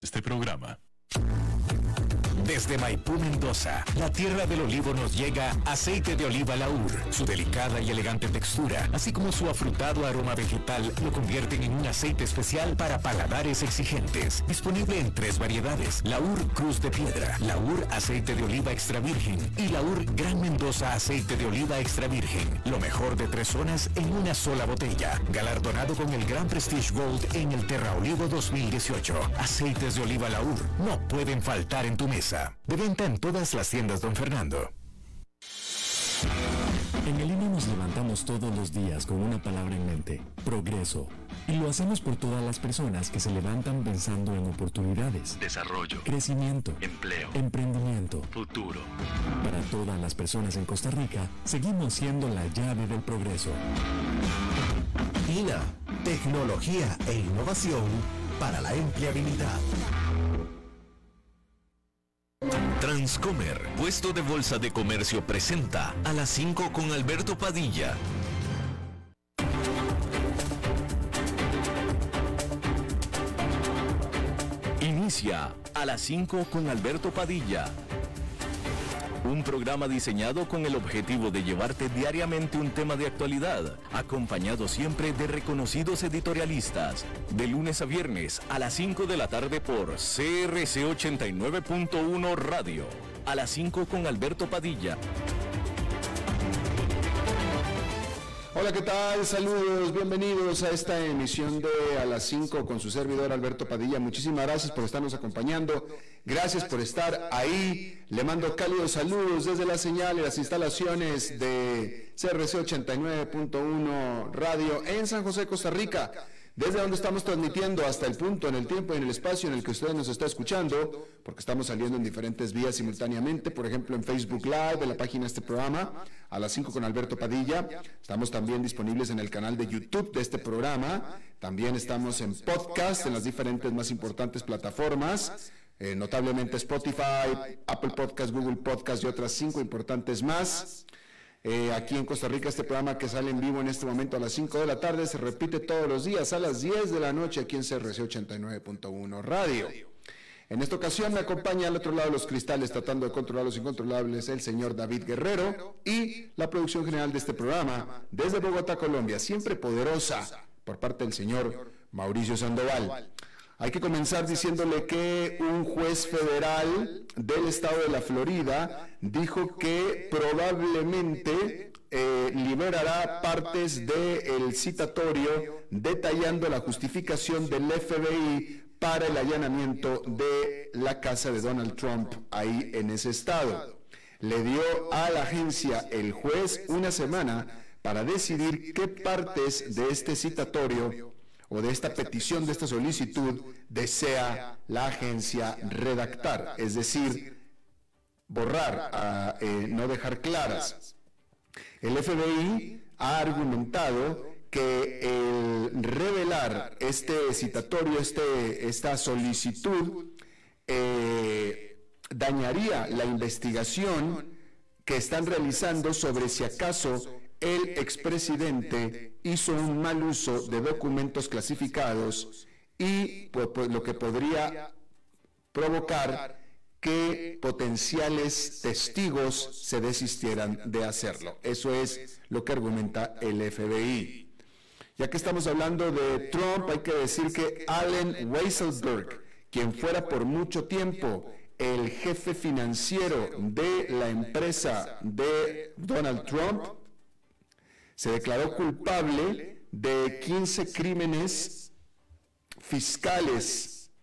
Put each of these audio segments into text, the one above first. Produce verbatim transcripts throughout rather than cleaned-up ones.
Este programa. Desde Maipú, Mendoza, la tierra del olivo, nos llega aceite de oliva Laur. Su delicada y elegante textura, así como su afrutado aroma vegetal, lo convierten en un aceite especial para paladares exigentes. Disponible en tres variedades: Laur Cruz de Piedra, Laur Aceite de Oliva Extra Virgen y Laur Gran Mendoza Aceite de Oliva Extra Virgen. Lo mejor de tres zonas en una sola botella. Galardonado con el Gran Prestige Gold en el Terra Olivo dos mil dieciocho. Aceites de oliva Laur no pueden faltar en tu mesa. De venta en todas las tiendas, don Fernando. En el I N E nos levantamos todos los días con una palabra en mente: progreso. Y lo hacemos por todas las personas que se levantan pensando en oportunidades, desarrollo, crecimiento, empleo, emprendimiento, futuro. Para todas las personas en Costa Rica, seguimos siendo la llave del progreso. I N A, tecnología e innovación para la empleabilidad. Transcomer, puesto de bolsa de comercio, presenta A las cinco con Alberto Padilla. Inicia A las cinco con Alberto Padilla. Un programa diseñado con el objetivo de llevarte diariamente un tema de actualidad, acompañado siempre de reconocidos editorialistas, de lunes a viernes a las cinco de la tarde por C R C ochenta y nueve punto uno Radio. A las cinco con Alberto Padilla. Hola, ¿qué tal? Saludos, bienvenidos a esta emisión de A las cinco con su servidor Alberto Padilla. Muchísimas gracias por estarnos acompañando, gracias por estar ahí. Le mando cálidos saludos desde la señal y las instalaciones de C R C ochenta y nueve punto uno Radio en San José, Costa Rica, desde donde estamos transmitiendo hasta el punto, en el tiempo y en el espacio en el que usted nos está escuchando, porque estamos saliendo en diferentes vías simultáneamente, por ejemplo en Facebook Live, en la página de este programa, A las cinco con Alberto Padilla. Estamos también disponibles en el canal de YouTube de este programa, también estamos en podcast, en las diferentes más importantes plataformas, eh, notablemente Spotify, Apple Podcast, Google Podcast y otras cinco importantes más. Eh, aquí en Costa Rica, este programa que sale en vivo en este momento a las cinco de la tarde se repite todos los días a las diez de la noche aquí en C R C ochenta y nueve punto uno Radio. En esta ocasión me acompaña al otro lado de los cristales, tratando de controlar los incontrolables, el señor David Guerrero, y la producción general de este programa desde Bogotá, Colombia, siempre poderosa, por parte del señor Mauricio Sandoval. Hay que comenzar diciéndole que un juez federal del estado de la Florida dijo que probablemente eh, liberará partes del citatorio detallando la justificación del F B I para el allanamiento de la casa de Donald Trump ahí en ese estado. Le dio a la agencia, el juez, una semana para decidir qué partes de este citatorio o de esta petición, de esta solicitud, desea la agencia redactar, es decir, borrar, a, eh, no dejar claras. El F B I ha argumentado que el revelar este citatorio, este, esta solicitud, eh, dañaría la investigación que están realizando sobre si acaso el expresidente hizo un mal uso de documentos clasificados y pues, pues, lo que podría provocar que potenciales testigos se desistieran de hacerlo. Eso es lo que argumenta el F B I. Ya que estamos hablando de Trump, hay que decir que Allen Weisselberg, quien fuera por mucho tiempo el jefe financiero de la empresa de Donald Trump, se declaró culpable de quince crímenes fiscales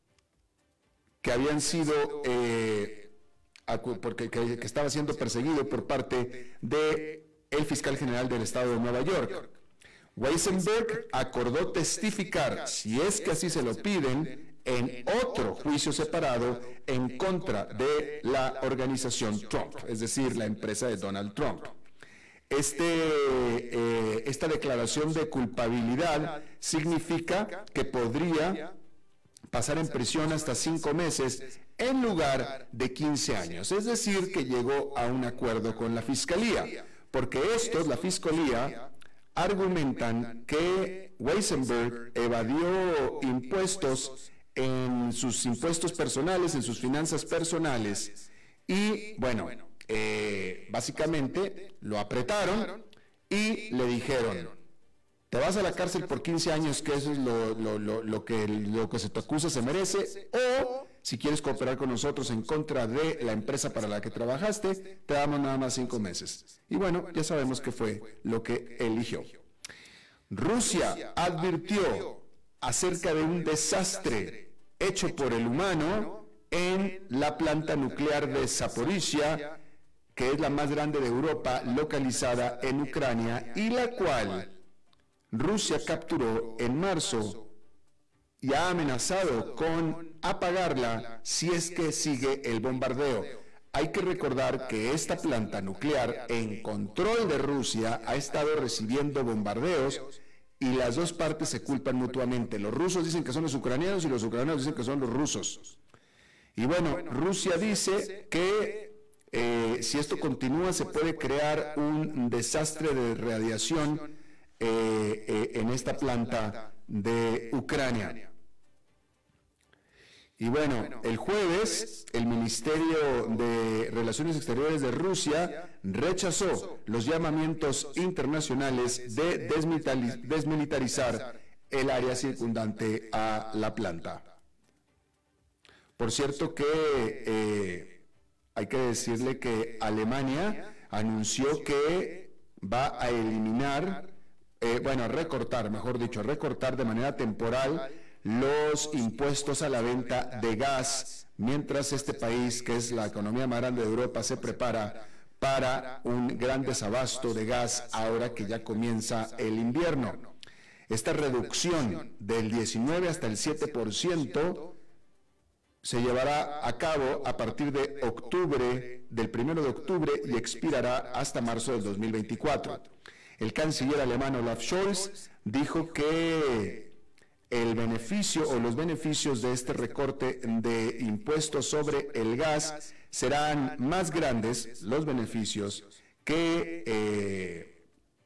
que habían sido, eh, porque que, que estaba siendo perseguido por parte de el fiscal general del estado de Nueva York. Weissenberg acordó testificar, si es que así se lo piden, en otro juicio separado en contra de la organización Trump, es decir, la empresa de Donald Trump. Este, eh, esta declaración de culpabilidad significa que podría pasar en prisión hasta cinco meses en lugar de quince años. Es decir, que llegó a un acuerdo con la Fiscalía, porque estos, la Fiscalía, argumentan que Weissenberg evadió impuestos en sus impuestos personales, en sus finanzas personales, y bueno, eh, básicamente lo apretaron y le dijeron: te vas a la cárcel por quince años, que eso es lo, lo, lo, lo, que, lo que se te acusa se merece, o si quieres cooperar con nosotros en contra de la empresa para la que trabajaste, te damos nada más cinco meses. Y bueno, ya sabemos qué fue lo que eligió. Rusia advirtió acerca de un desastre hecho por el humano en la planta nuclear de Zaporizhia, que es la más grande de Europa, localizada en Ucrania, y la cual Rusia capturó en marzo y ha amenazado con apagarla si es que sigue el bombardeo. Hay que recordar que esta planta nuclear, en control de Rusia, ha estado recibiendo bombardeos y las dos partes se culpan mutuamente. Los rusos dicen que son los ucranianos y los ucranianos dicen que son los rusos. Y bueno, Rusia dice que eh, si esto continúa se puede crear un desastre de radiación eh, eh, en esta planta de Ucrania. Y bueno, el jueves, el Ministerio de Relaciones Exteriores de Rusia rechazó los llamamientos internacionales de desmilitarizar el área circundante a la planta. Por cierto que eh, hay que decirle que Alemania anunció que va a eliminar, eh, bueno, a recortar, mejor dicho, a recortar de manera temporal los impuestos a la venta de gas, mientras este país, que es la economía más grande de Europa, se prepara para un gran desabasto de gas ahora que ya comienza el invierno. Esta reducción del diecinueve hasta el siete por ciento se llevará a cabo a partir de octubre, del primero de octubre, y expirará hasta marzo del dos mil veinticuatro. El canciller alemán Olaf Scholz dijo que el beneficio o los beneficios de este recorte de impuestos sobre el gas serán más grandes, los beneficios, que eh,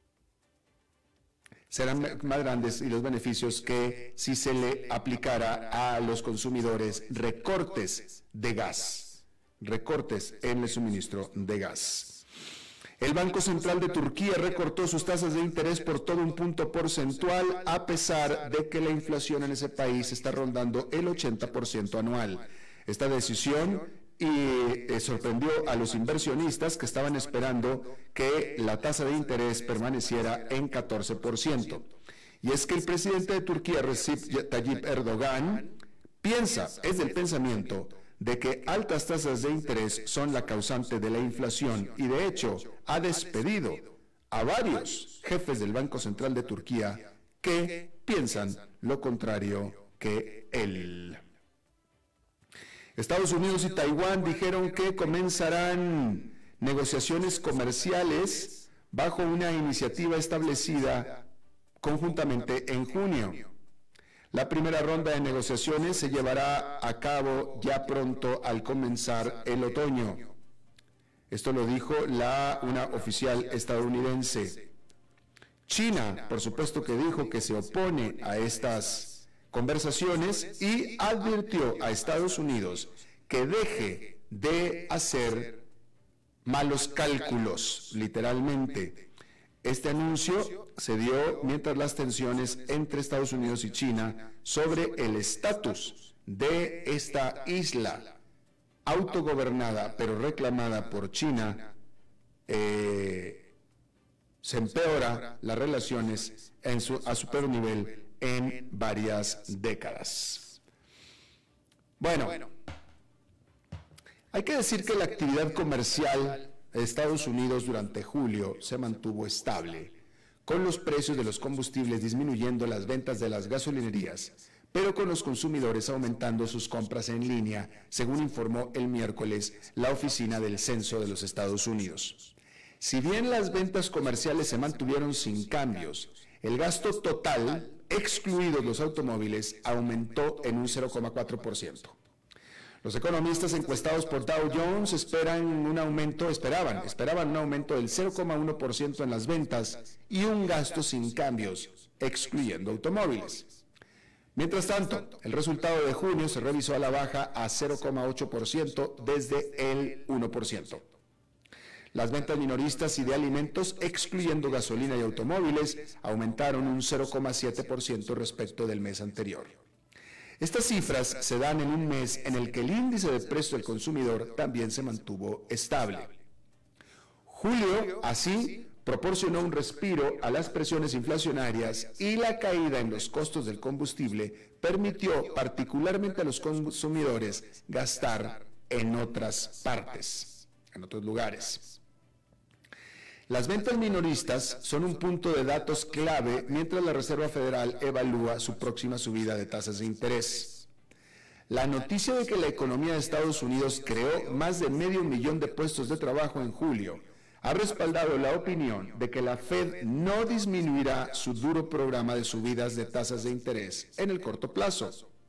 serán más grandes y los beneficios que si se le aplicara a los consumidores recortes de gas, recortes en el suministro de gas. El Banco Central de Turquía recortó sus tasas de interés por todo un punto porcentual, a pesar de que la inflación en ese país está rondando el ochenta por ciento anual. Esta decisión y, eh, sorprendió a los inversionistas, que estaban esperando que la tasa de interés permaneciera en catorce por ciento. Y es que el presidente de Turquía, Recep Tayyip Erdogan, piensa, es del pensamiento, de que altas tasas de interés son la causante de la inflación, y de hecho ha despedido a varios jefes del Banco Central de Turquía que piensan lo contrario que él. Estados Unidos y Taiwán dijeron que comenzarán negociaciones comerciales bajo una iniciativa establecida conjuntamente en junio. La primera ronda de negociaciones se llevará a cabo ya pronto al comenzar el otoño. Esto lo dijo la, una oficial estadounidense. China, por supuesto, que dijo que se opone a estas conversaciones y advirtió a Estados Unidos que deje de hacer malos cálculos, literalmente. Este anuncio se dio mientras las tensiones entre Estados Unidos y China sobre el estatus de esta isla autogobernada pero reclamada por China, eh, se empeora las relaciones en su, a su peor nivel en varias décadas. Bueno, hay que decir que la actividad comercial de Estados Unidos durante julio se mantuvo estable, con los precios de los combustibles disminuyendo las ventas de las gasolinerías, pero con los consumidores aumentando sus compras en línea, según informó el miércoles la Oficina del Censo de los Estados Unidos. Si bien las ventas comerciales se mantuvieron sin cambios, el gasto total, excluidos los automóviles, aumentó en un cero coma cuatro por ciento. Los economistas encuestados por Dow Jones esperan un aumento, esperaban, esperaban un aumento del cero coma uno por ciento en las ventas y un gasto sin cambios, excluyendo automóviles. Mientras tanto, el resultado de junio se revisó a la baja a cero coma ocho por ciento desde el uno por ciento. Las ventas minoristas y de alimentos, excluyendo gasolina y automóviles, aumentaron un cero coma siete por ciento respecto del mes anterior. Estas cifras se dan en un mes en el que el índice de precio del consumidor también se mantuvo estable. Julio, así, proporcionó un respiro a las presiones inflacionarias y la caída en los costos del combustible permitió particularmente a los consumidores gastar en otras partes, en otros lugares. Las ventas minoristas son un punto de datos clave mientras la Reserva Federal evalúa su próxima subida de tasas de interés. La noticia de que la economía de Estados Unidos creó más de medio millón de puestos de trabajo en julio ha respaldado la opinión de que la Fed no disminuirá su duro programa de subidas de tasas de interés en el corto plazo.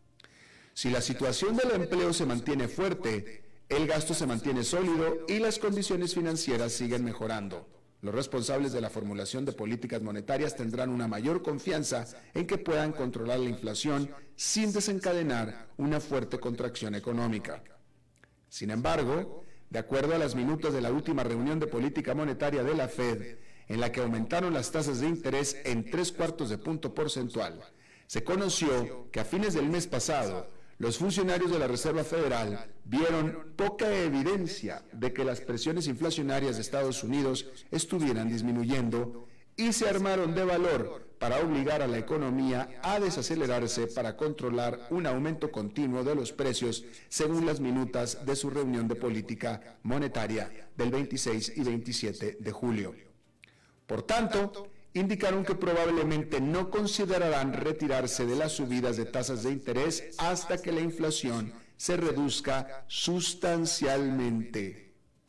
Si la situación del empleo se mantiene fuerte, el gasto se mantiene sólido y las condiciones financieras siguen mejorando. Los responsables de la formulación de políticas monetarias tendrán una mayor confianza en que puedan controlar la inflación sin desencadenar una fuerte contracción económica. Sin embargo, de acuerdo a las minutas de la última reunión de política monetaria de la Fed, en la que aumentaron las tasas de interés en tres cuartos de punto porcentual, se conoció que a fines del mes pasado, los funcionarios de la Reserva Federal vieron poca evidencia de que las presiones inflacionarias de Estados Unidos estuvieran disminuyendo y se armaron de valor para obligar a la economía a desacelerarse para controlar un aumento continuo de los precios, según las minutas de su reunión de política monetaria del veintiséis y veintisiete de julio. Por tanto, indicaron que probablemente no considerarán retirarse de las subidas de tasas de interés hasta que la inflación se reduzca sustancialmente.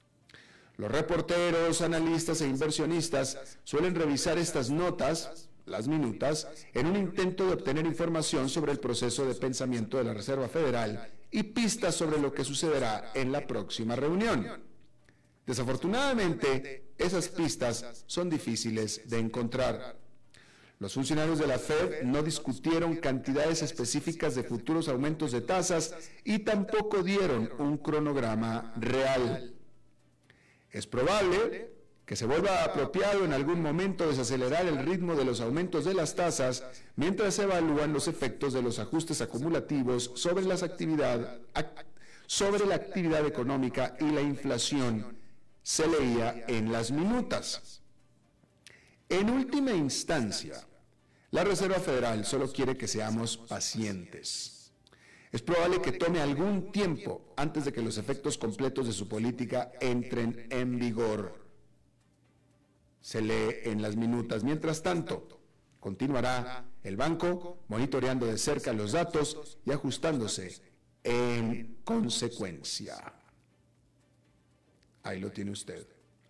Los reporteros, analistas e inversionistas suelen revisar estas notas, las minutas, en un intento de obtener información sobre el proceso de pensamiento de la Reserva Federal y pistas sobre lo que sucederá en la próxima reunión. Desafortunadamente, esas pistas son difíciles de encontrar. Los funcionarios de la Fed no discutieron cantidades específicas de futuros aumentos de tasas y tampoco dieron un cronograma real. Es probable que se vuelva apropiado en algún momento desacelerar el ritmo de los aumentos de las tasas mientras se evalúan los efectos de los ajustes acumulativos sobre, las actividad, sobre la actividad económica y la inflación, se leía en las minutas. En última instancia, la Reserva Federal solo quiere que seamos pacientes. Es probable que tome algún tiempo antes de que los efectos completos de su política entren en vigor. Se lee en las minutas. Mientras tanto, continuará el banco monitoreando de cerca los datos y ajustándose en consecuencia. Ahí lo tiene usted.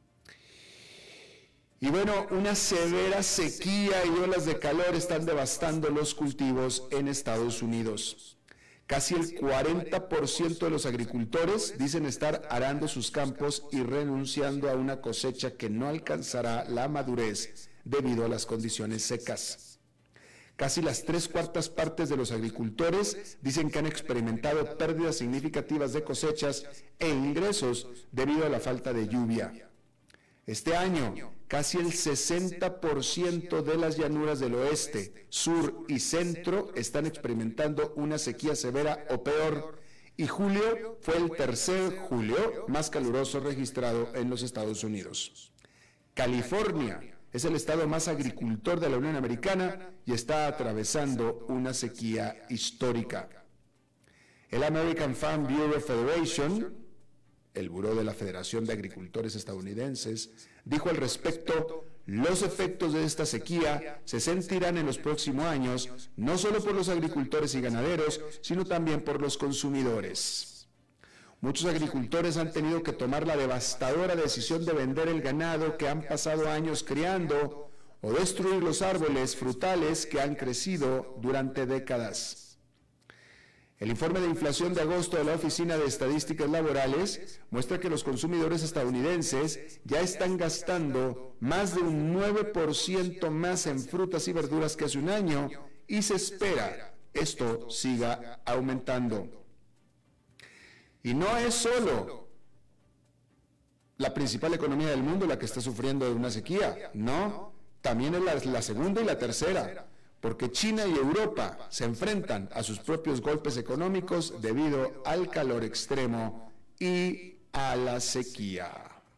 Y bueno, una severa sequía y olas de calor están devastando los cultivos en Estados Unidos. Casi el cuarenta por ciento de los agricultores dicen estar arando sus campos y renunciando a una cosecha que no alcanzará la madurez debido a las condiciones secas. Casi las tres cuartas partes de los agricultores dicen que han experimentado pérdidas significativas de cosechas e ingresos debido a la falta de lluvia. Este año, casi el sesenta por ciento de las llanuras del oeste, sur y centro están experimentando una sequía severa o peor, y julio fue el tercer julio más caluroso registrado en los Estados Unidos. California es el estado más agricultor de la Unión Americana y está atravesando una sequía histórica. El American Farm Bureau Federation, el Buró de la Federación de Agricultores Estadounidenses, dijo al respecto: los efectos de esta sequía se sentirán en los próximos años, no solo por los agricultores y ganaderos, sino también por los consumidores. Muchos agricultores han tenido que tomar la devastadora decisión de vender el ganado que han pasado años criando o destruir los árboles frutales que han crecido durante décadas. El informe de inflación de agosto de la Oficina de Estadísticas Laborales muestra que los consumidores estadounidenses ya están gastando más de un nueve por ciento más en frutas y verduras que hace un año y se espera esto siga aumentando. Y no es solo la principal economía del mundo la que está sufriendo de una sequía, no, también es la, la segunda y la tercera, porque China y Europa se enfrentan a sus propios golpes económicos debido al calor extremo y a la sequía.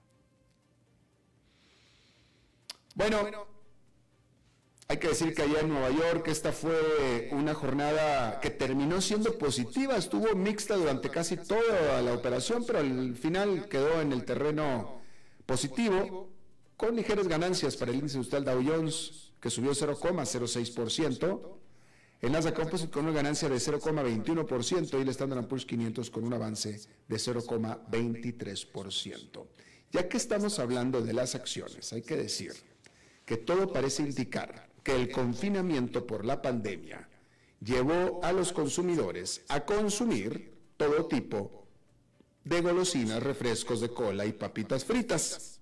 Bueno, hay que decir que allá en Nueva York esta fue una jornada que terminó siendo positiva, estuvo mixta durante casi toda la operación, pero al final quedó en el terreno positivo, con ligeras ganancias para el índice industrial Dow Jones, que subió cero coma cero seis por ciento, el Nasdaq Composite con una ganancia de cero coma veintiuno por ciento y el Standard and Poor's quinientos con un avance de cero coma veintitrés por ciento. Ya que estamos hablando de las acciones, hay que decir que todo parece indicar que el confinamiento por la pandemia llevó a los consumidores a consumir todo tipo de golosinas, refrescos de cola y papitas fritas.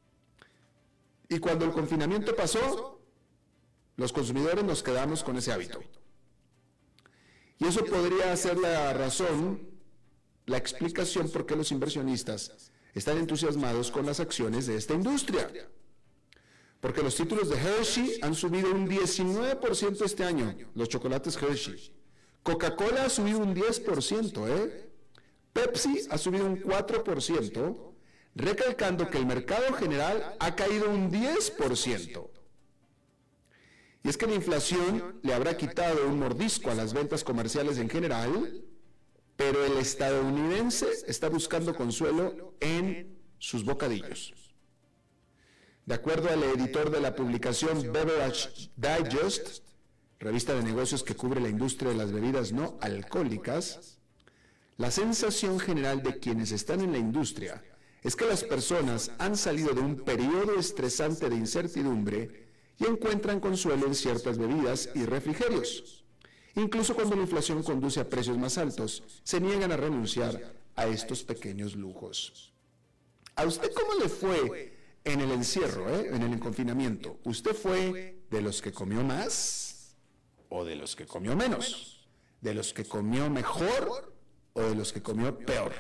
Y cuando el confinamiento pasó, los consumidores nos quedamos con ese hábito. Y eso podría ser la razón, la explicación por qué los inversionistas están entusiasmados con las acciones de esta industria. Porque los títulos de Hershey han subido un diecinueve por ciento este año, los chocolates Hershey. Coca-Cola ha subido un diez por ciento, ¿eh? Pepsi ha subido un cuatro por ciento, recalcando que el mercado general ha caído un diez por ciento. Y es que la inflación le habrá quitado un mordisco a las ventas comerciales en general, pero el estadounidense está buscando consuelo en sus bocadillos. De acuerdo al editor de la publicación Beverage Digest, revista de negocios que cubre la industria de las bebidas no alcohólicas, la sensación general de quienes están en la industria es que las personas han salido de un periodo estresante de incertidumbre y encuentran consuelo en ciertas bebidas y refrigerios. Incluso cuando la inflación conduce a precios más altos, se niegan a renunciar a estos pequeños lujos. ¿A usted cómo le fue en el encierro, eh? en el confinamiento? ¿Usted fue de los que comió más o de los que comió menos? ¿De los que comió mejor o de los que comió peor?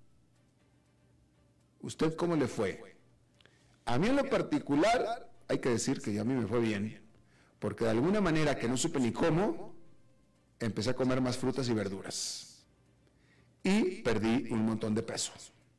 ¿Usted cómo le fue? A mí en lo particular, hay que decir que a mí me fue bien, porque de alguna manera que no supe ni cómo, empecé a comer más frutas y verduras y perdí un montón de peso.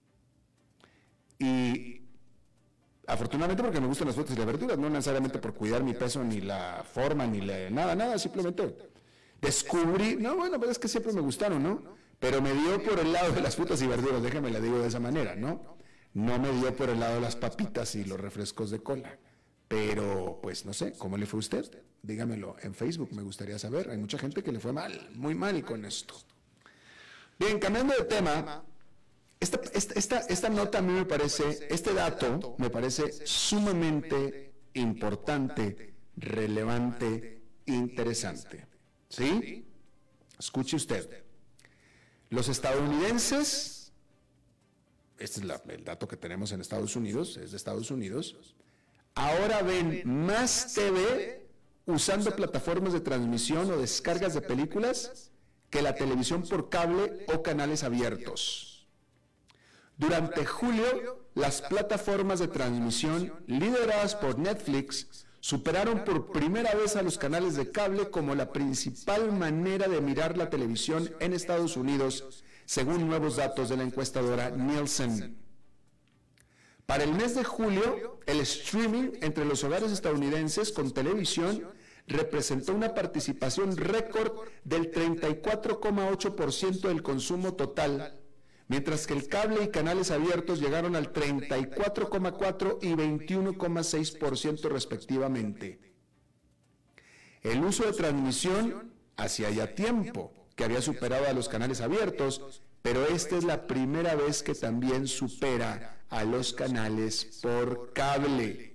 Y afortunadamente porque me gustan las frutas y las verduras, no necesariamente por cuidar mi peso, ni la forma, ni la, nada, nada, simplemente descubrí, no, bueno, pero es que siempre me gustaron, ¿no? Pero me dio por el lado de las frutas y verduras, déjame la digo de esa manera, ¿no? No me dio por el lado de las papitas y los refrescos de cola. Pero, pues, no sé, ¿cómo le fue a usted? Dígamelo en Facebook, me gustaría saber. Hay mucha gente que le fue mal, muy mal con esto. Bien, cambiando de tema, esta, esta, esta, esta nota a mí me parece, este dato me parece sumamente importante, relevante, interesante. ¿Sí? Escuche usted. Los estadounidenses, este es la, el dato que tenemos en Estados Unidos, es de Estados Unidos, ahora ven más T V usando plataformas de transmisión o descargas de películas que la televisión por cable o canales abiertos. Durante julio, las plataformas de transmisión lideradas por Netflix superaron por primera vez a los canales de cable como la principal manera de mirar la televisión en Estados Unidos, según nuevos datos de la encuestadora Nielsen. Para el mes de julio, el streaming entre los hogares estadounidenses con televisión representó una participación récord del treinta y cuatro coma ocho por ciento del consumo total, mientras que el cable y canales abiertos llegaron al treinta y cuatro coma cuatro por ciento y veintiuno coma seis por ciento respectivamente. El uso de transmisión hacía ya tiempo que había superado a los canales abiertos, pero esta es la primera vez que también supera a los canales por cable.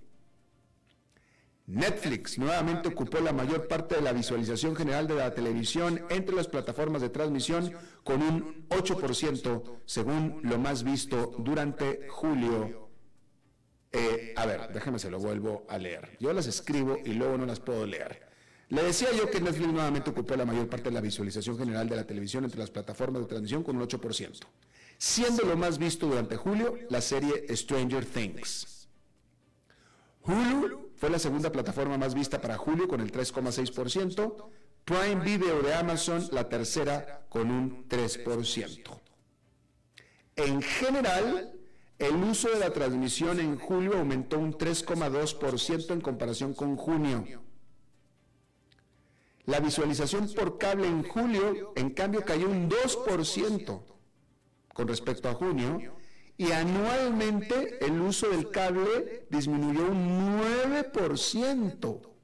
Netflix nuevamente ocupó la mayor parte de la visualización general de la televisión entre las plataformas de transmisión con un ocho por ciento, según lo más visto durante julio. Eh, a ver, déjame se lo vuelvo a leer. Yo las escribo y luego no las puedo leer. Le decía yo que Netflix nuevamente ocupó la mayor parte de la visualización general de la televisión entre las plataformas de transmisión con un ocho por ciento, siendo lo más visto durante julio la serie Stranger Things. Hulu fue la segunda plataforma más vista para julio con el tres coma seis por ciento, Prime Video de Amazon la tercera con un tres por ciento. En general, el uso de la transmisión en julio aumentó un tres coma dos por ciento en comparación con junio. La visualización por cable en julio, en cambio, cayó un dos por ciento con respecto a junio, y anualmente el uso del cable disminuyó un nueve por ciento.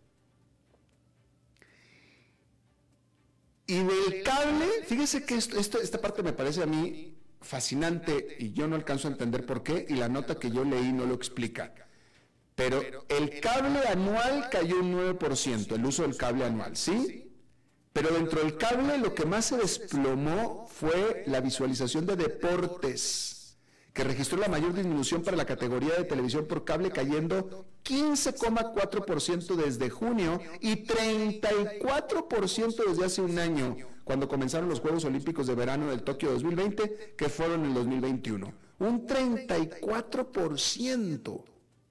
Y del cable, fíjese que esto, esto, esta parte me parece a mí fascinante y yo no alcanzo a entender por qué, y la nota que yo leí no lo explica. Pero el cable anual cayó un nueve por ciento, el uso del cable anual, ¿sí? Pero dentro del cable lo que más se desplomó fue la visualización de deportes, que registró la mayor disminución para la categoría de televisión por cable, cayendo quince coma cuatro por ciento desde junio y treinta y cuatro por ciento desde hace un año, cuando comenzaron los Juegos Olímpicos de Verano del Tokio dos mil veinte, que fueron en el dos mil veintiuno. Un treinta y cuatro por ciento.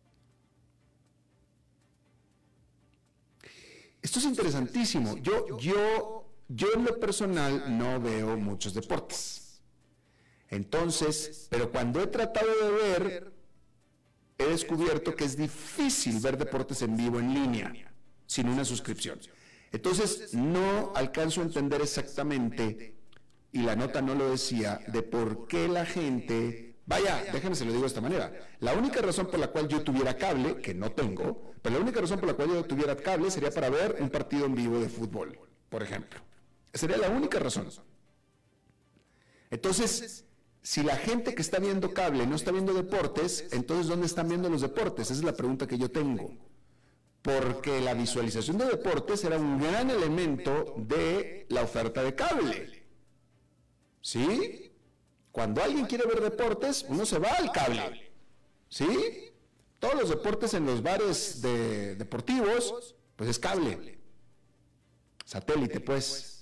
Esto es interesantísimo. Yo, yo, yo en lo personal no veo muchos deportes. Entonces, pero cuando he tratado de ver, he descubierto que es difícil ver deportes en vivo en línea, sin una suscripción. Entonces, no alcanzo a entender exactamente, y la nota no lo decía, de por qué la gente... Vaya, déjenme se lo digo de esta manera. La única razón por la cual yo tuviera cable, que no tengo, pero la única razón por la cual yo tuviera cable sería para ver un partido en vivo de fútbol, por ejemplo. Sería la única razón. Entonces, si la gente que está viendo cable no está viendo deportes, entonces ¿dónde están viendo los deportes? Esa es la pregunta que yo tengo. Porque la visualización de deportes era un gran elemento de la oferta de cable. ¿Sí? Cuando alguien quiere ver deportes, uno se va al cable, ¿sí? Todos los deportes en los bares de, deportivos, pues es cable, satélite, pues.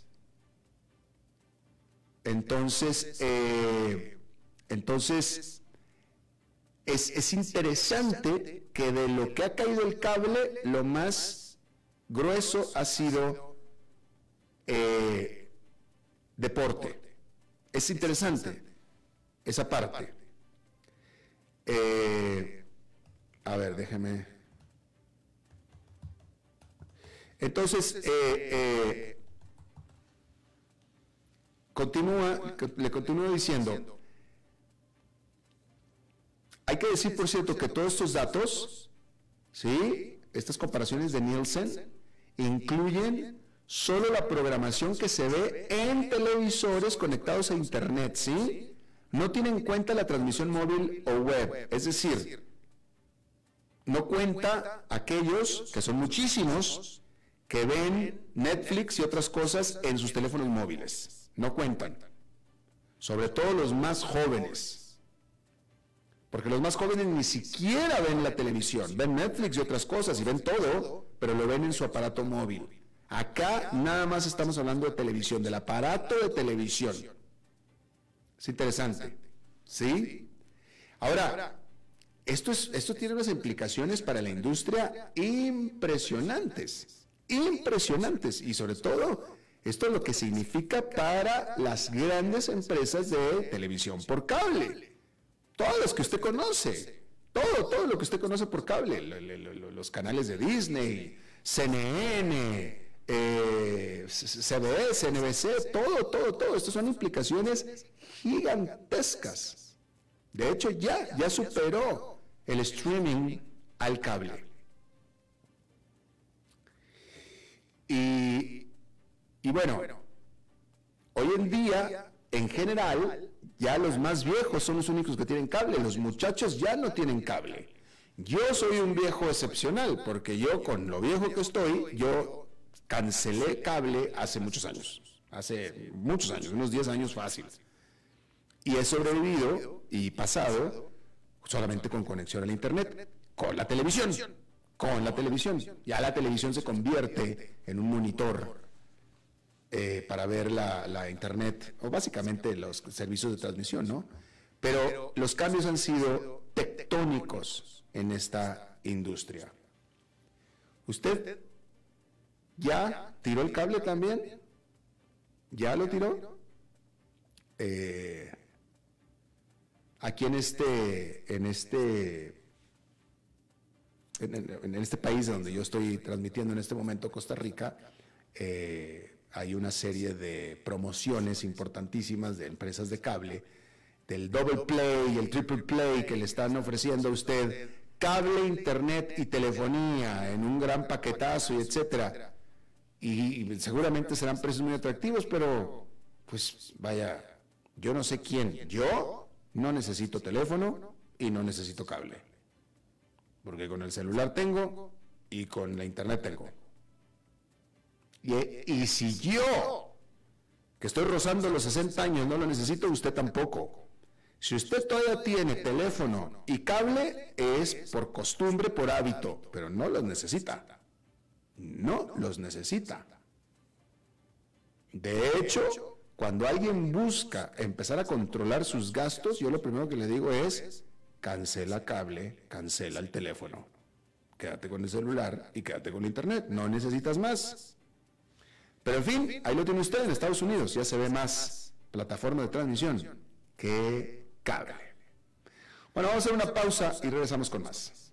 Entonces, eh, entonces es, es interesante que de lo que ha caído el cable, lo más grueso ha sido eh, deporte. Es interesante esa parte. Eh, a ver, déjeme. Entonces, eh, eh, continúa, le continúo diciendo, hay que decir, por cierto, que todos estos datos, ¿sí? Estas comparaciones de Nielsen incluyen solo la programación que se ve en televisores conectados a Internet, ¿sí? No tiene en cuenta la transmisión móvil o web, es decir, no cuenta aquellos, que son muchísimos, que ven Netflix y otras cosas en sus teléfonos móviles. No cuentan. Sobre todo los más jóvenes. Porque los más jóvenes ni siquiera ven la televisión. Ven Netflix y otras cosas y ven todo, pero lo ven en su aparato móvil. Acá nada más estamos hablando de televisión, del aparato de televisión. Es interesante, ¿sí? Ahora, esto, es, esto tiene unas implicaciones para la industria impresionantes, impresionantes, y sobre todo, esto es lo que significa para las grandes empresas de televisión por cable, todas las que usted conoce, todo, todo lo que usted conoce por cable, los canales de Disney, C N N, Eh, C B S, N B C, todo, todo, todo. Estas son implicaciones gigantescas. De hecho, ya, ya superó el streaming al cable. Y, y bueno, hoy en día, en general, ya los más viejos son los únicos que tienen cable. Los muchachos ya no tienen cable. Yo soy un viejo excepcional, porque yo, con lo viejo que estoy, yo cancelé cable hace muchos años, hace muchos años, unos diez años fácil. Y he sobrevivido y pasado solamente con conexión al internet, con la televisión, con la televisión. Ya la televisión se convierte en un monitor eh, para ver la, la internet, o básicamente los servicios de transmisión, ¿no? Pero los cambios han sido tectónicos en esta industria. ¿Usted ya tiró el cable también? ¿Ya lo tiró? Eh, aquí en este, en este, en, en este país donde yo estoy transmitiendo en este momento, Costa Rica, eh, hay una serie de promociones importantísimas de empresas de cable, del double play y el triple play que le están ofreciendo a usted cable, internet y telefonía en un gran paquetazo y etcétera. Y, y seguramente serán precios muy atractivos, pero pues vaya, yo no sé quién, yo no necesito teléfono y no necesito cable, porque con el celular tengo y con la internet tengo. Y, y si yo, que estoy rozando los sesenta años, no lo necesito, usted tampoco. Si usted todavía tiene teléfono y cable, es por costumbre, por hábito, pero no los necesita. No los necesita. De hecho, cuando alguien busca empezar a controlar sus gastos, yo lo primero que le digo es, cancela cable, cancela el teléfono. Quédate con el celular y quédate con internet, no necesitas más. Pero en fin, ahí lo tiene usted en Estados Unidos, ya se ve más plataforma de transmisión que cable. Bueno, vamos a hacer una pausa y regresamos con más.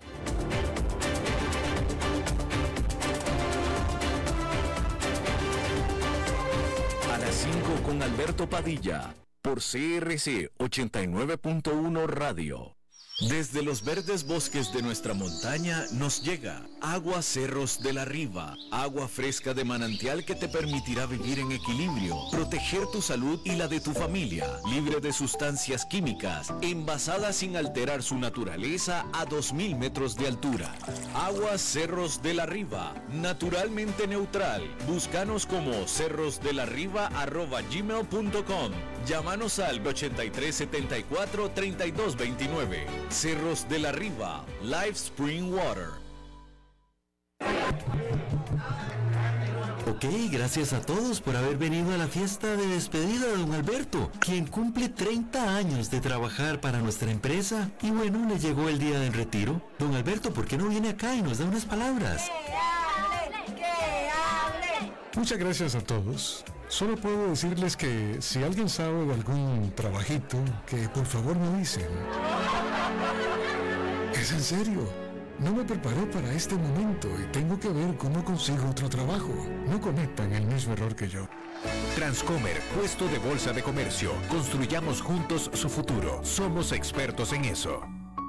A las cinco con Alberto Padilla, por C R C ochenta y nueve punto uno Radio. Desde los verdes bosques de nuestra montaña nos llega Agua Cerros de la Riva, agua fresca de manantial que te permitirá vivir en equilibrio, proteger tu salud y la de tu familia, libre de sustancias químicas, envasada sin alterar su naturaleza a dos mil metros de altura. Agua Cerros de la Riva, naturalmente neutral. Búscanos como cerrosdelariva arroba gmail punto com. Llámanos al ochenta y tres setenta y cuatro treinta y dos veintinueve. Cerros de la Riva, Live Spring Water. Ok, gracias a todos por haber venido a la fiesta de despedida de don Alberto, quien cumple treinta años de trabajar para nuestra empresa. Y bueno, le llegó el día del retiro. Don Alberto, ¿por qué no viene acá y nos da unas palabras? ¡Que hable! ¡Que hable! Muchas gracias a todos. Solo puedo decirles que si alguien sabe de algún trabajito, que por favor me dicen. Es en serio. No me preparé para este momento y tengo que ver cómo consigo otro trabajo. No cometan el mismo error que yo. Transcomer, puesto de bolsa de comercio. Construyamos juntos su futuro. Somos expertos en eso.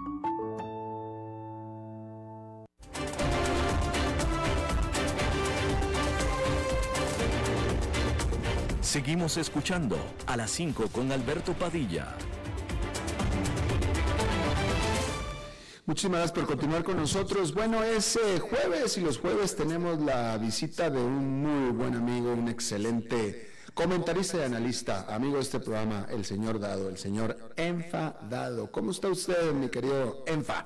Seguimos escuchando a las cinco con Alberto Padilla. Muchísimas gracias por continuar con nosotros. Bueno, es eh, jueves y los jueves tenemos la visita de un muy buen amigo, un excelente comentarista y analista, amigo de este programa, el señor Dado, el señor Enfa Dado. ¿Cómo está usted, mi querido Enfa?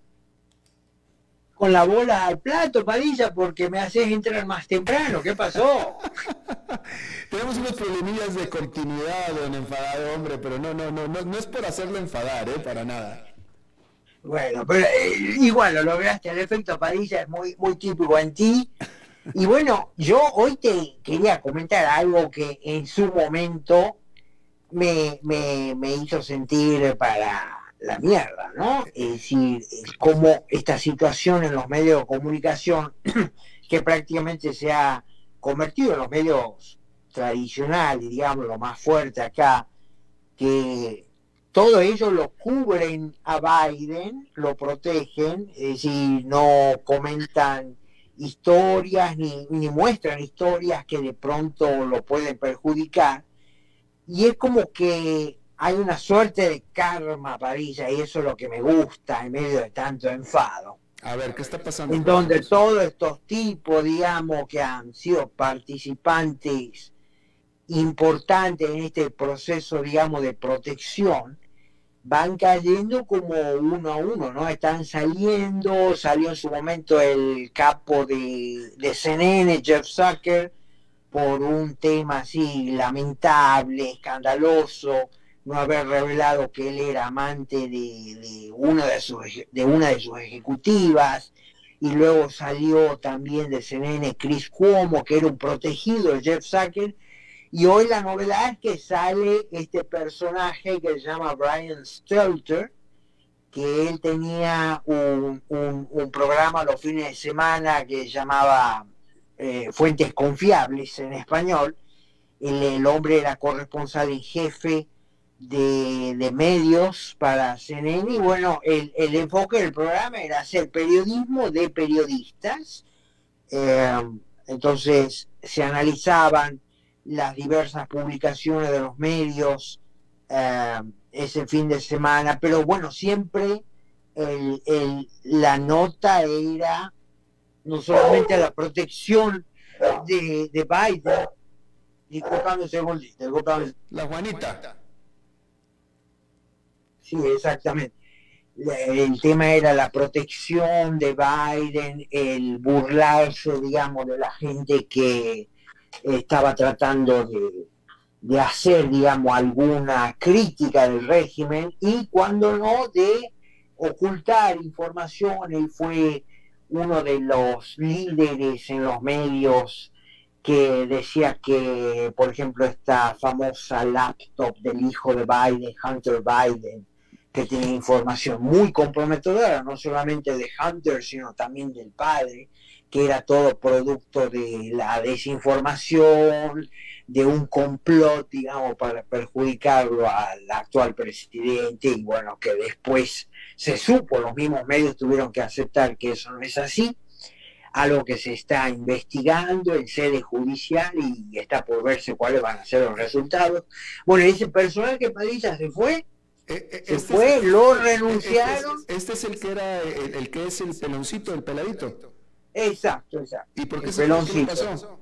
Con la bola al plato, Padilla, porque me haces entrar más temprano. ¿Qué pasó? Tenemos unos problemillas de continuidad, don Enfadado, hombre, pero no, no, no, no, no es por hacerlo enfadar, ¿eh? Para nada. Bueno, pero eh, igual lo lograste, el efecto Padilla es muy, muy típico en ti. Y bueno, yo hoy te quería comentar algo que en su momento me, me, me hizo sentir para la mierda, ¿no? Es decir, cómo esta situación en los medios de comunicación, que prácticamente se ha convertido en los medios tradicionales, digamos, lo más fuerte acá, que todo ello lo cubren a Biden, lo protegen, es decir, no comentan historias ni, ni muestran historias que de pronto lo pueden perjudicar, y es como que hay una suerte de karma, Padilla, y eso es lo que me gusta en medio de tanto enfado. A ver, ¿qué está pasando? En donde todos estos tipos, digamos, que han sido participantes importantes en este proceso, digamos, de protección, van cayendo como uno a uno, ¿no? Están saliendo, salió en su momento el capo de, de C N N, Jeff Zucker, por un tema así lamentable, escandaloso, no haber revelado que él era amante de, de, una, de, sus, de una de sus ejecutivas, y luego salió también de C N N Chris Cuomo, que era un protegido de Jeff Zucker, y hoy la novedad es que sale este personaje que se llama Brian Stelter, que él tenía un, un, un programa los fines de semana que se llamaba eh, Fuentes Confiables en español. El, el hombre era corresponsal en jefe de, de medios para C N N, y bueno, el, el enfoque del programa era hacer periodismo de periodistas. Eh, entonces se analizaban las diversas publicaciones de los medios eh, ese fin de semana, pero bueno, siempre el, el, la nota era no solamente la protección de, de Biden. Disculpame un segundito, disculpame. La Juanita. Sí, exactamente. El tema era la protección de Biden, el burlarse, digamos, de la gente que estaba tratando de, de hacer, digamos, alguna crítica del régimen, y cuando no, de ocultar información. Él fue uno de los líderes en los medios que decía que, por ejemplo, esta famosa laptop del hijo de Biden, Hunter Biden, que tenía información muy comprometedora, no solamente de Hunter, sino también del padre, que era todo producto de la desinformación, de un complot, digamos, para perjudicarlo al actual presidente, y bueno, que después se supo, los mismos medios tuvieron que aceptar que eso no es así, algo que se está investigando en sede judicial y está por verse cuáles van a ser los resultados. Bueno, ese personaje, Padilla, se fue, Eh, eh, se este fue, es, lo este, renunciaron. Este, este es el que era el, el que es el peloncito, el peladito. Exacto, exacto. ¿Y por qué el se peloncito. pasó?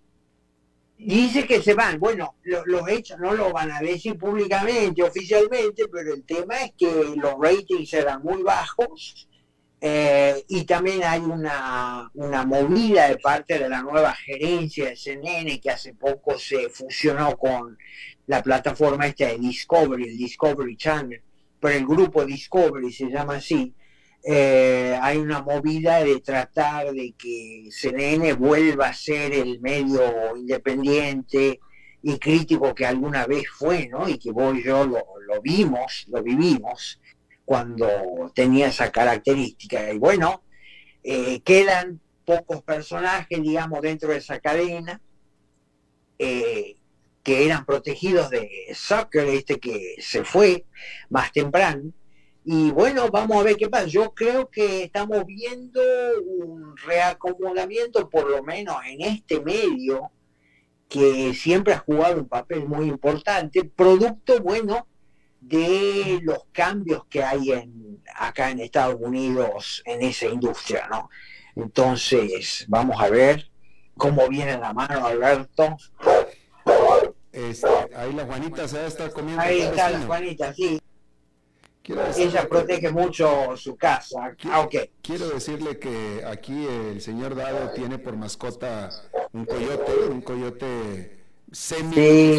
Dice que se van. Bueno, lo, los hechos no lo van a decir públicamente, oficialmente, pero el tema es que los ratings eran muy bajos, eh, y también hay una, una movida de parte de la nueva gerencia de C N N, que hace poco se fusionó con la plataforma esta de Discovery, el Discovery Channel, pero el grupo Discovery se llama así. Eh, hay una movida de tratar de que C N N vuelva a ser el medio independiente y crítico que alguna vez fue, ¿no? Y que vos y yo lo, lo vimos, lo vivimos cuando tenía esa característica. Y bueno, eh, quedan pocos personajes, digamos, dentro de esa cadena, eh, que eran protegidos de Zucker, este que se fue más temprano. Y bueno, vamos a ver qué pasa. Yo creo que estamos viendo un reacomodamiento, por lo menos en este medio, que siempre ha jugado un papel muy importante, producto, bueno, de los cambios que hay en, acá en Estados Unidos en esa industria, ¿no? Entonces, vamos a ver cómo viene la mano, Alberto. Este, ahí la Juanita se va a estar comiendo. Ahí está la Juanita, sí. Decirle, ella protege mucho su casa. Quiero, ah, okay. quiero decirle que aquí el señor Dado tiene por mascota un coyote, un coyote semi sí,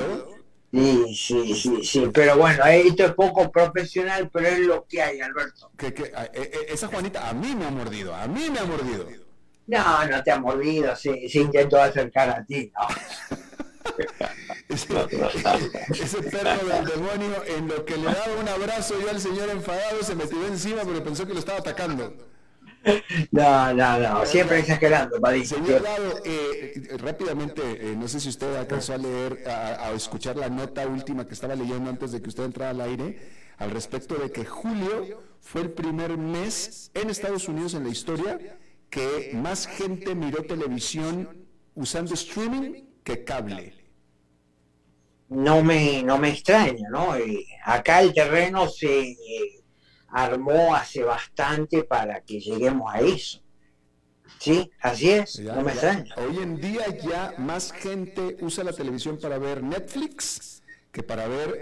sí, sí, sí, sí, pero bueno, esto es poco profesional, pero es lo que hay, Alberto. Que, que, esa Juanita a mí me ha mordido, a mí me ha mordido. No, no te ha mordido, se, se intentó acercar a ti, no. Ese, ese perro del demonio, en lo que le daba un abrazo yo al señor enfadado, se me tiró encima porque pensó que lo estaba atacando. No, no, no, siempre exagerando, Padilla. Señor Dado, eh, rápidamente, eh, no sé si usted alcanzó a leer, a, a escuchar la nota última que estaba leyendo antes de que usted entrara al aire, al respecto de que julio fue el primer mes en Estados Unidos en la historia que más gente miró televisión usando streaming que cable. No me, no me extraña, ¿no? Eh, acá el terreno se eh, armó hace bastante para que lleguemos a eso. Sí, así es, ya, no me ya, extraña. Hoy en día ya más gente usa la televisión para ver Netflix que para ver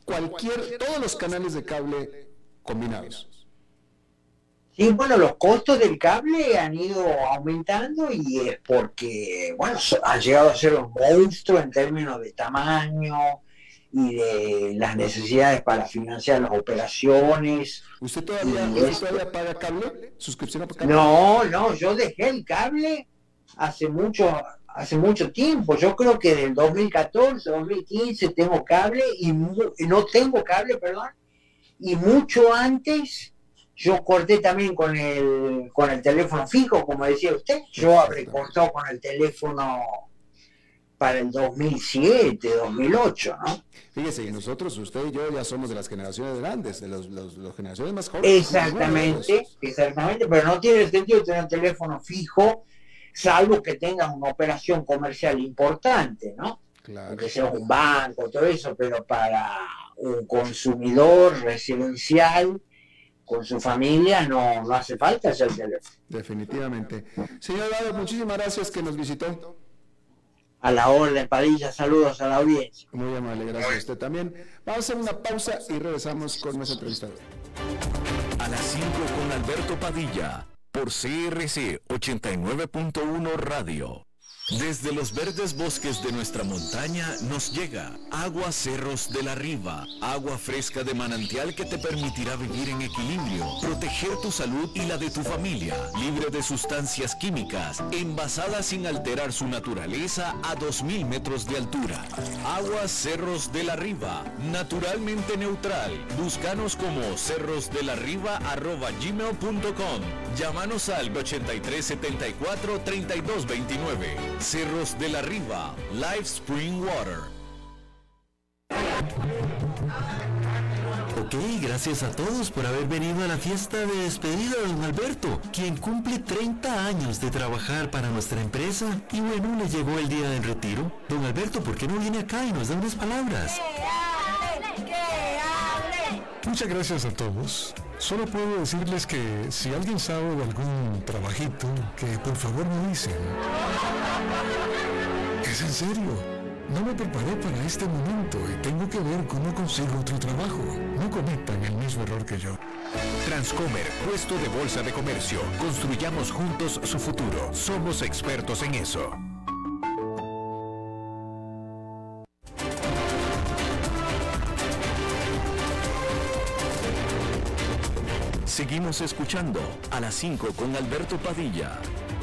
cualquier, todos los canales de cable combinados. Sí, bueno, los costos del cable han ido aumentando y es porque, bueno, han llegado a ser un monstruo en términos de tamaño y de las necesidades para financiar las operaciones. ¿Usted todavía, ¿usted todavía paga cable? ¿Suscripción a cable? No, no, yo dejé el cable hace mucho, hace mucho tiempo. Yo creo que del dos mil catorce, dos mil quince tengo cable y no tengo cable, perdón, y mucho antes. Yo corté también con el con el teléfono fijo, como decía usted. Yo habré cortado con el teléfono para el dos mil siete, dos mil ocho, ¿no? Fíjese, nosotros, usted y yo, ya somos de las generaciones grandes, de los, los, los generaciones más jóvenes. Exactamente, exactamente, pero no tiene sentido tener un teléfono fijo, salvo que tengas una operación comercial importante, ¿no? Claro. Que sea un banco, todo eso, pero para un consumidor residencial con su familia no, no hace falta hacer teléfono. Definitivamente. Señor Dado, muchísimas gracias que nos visitó. A la orden, Padilla, saludos a la audiencia. Muy amable, gracias a usted también. Vamos a hacer una pausa y regresamos con nuestra entrevista. A las cinco con Alberto Padilla, por C R C ochenta y nueve punto uno Radio. Desde los verdes bosques de nuestra montaña nos llega Agua Cerros de la Riva, agua fresca de manantial que te permitirá vivir en equilibrio, proteger tu salud y la de tu familia, libre de sustancias químicas, envasada sin alterar su naturaleza a dos mil metros de altura. Agua Cerros de la Riva, naturalmente neutral. Búscanos como cerrosdelariva arroba gmail punto com. Llámanos al ochenta y tres setenta y cuatro treinta y dos veintinueve. Cerros de la Riva, Live Spring Water. Ok, gracias a todos por haber venido a la fiesta de despedida de don Alberto, quien cumple treinta años de trabajar para nuestra empresa. Y bueno, le llegó el día del retiro. Don Alberto, ¿por qué no viene acá y nos da unas palabras? ¡Que hable! ¡Que hable! Muchas gracias a todos. Solo puedo decirles que si alguien sabe de algún trabajito, que por favor me dicen. Es en serio. No me preparé para este momento y tengo que ver cómo consigo otro trabajo. No cometan el mismo error que yo. Transcomer, puesto de bolsa de comercio. Construyamos juntos su futuro. Somos expertos en eso. Seguimos escuchando a las cinco con Alberto Padilla.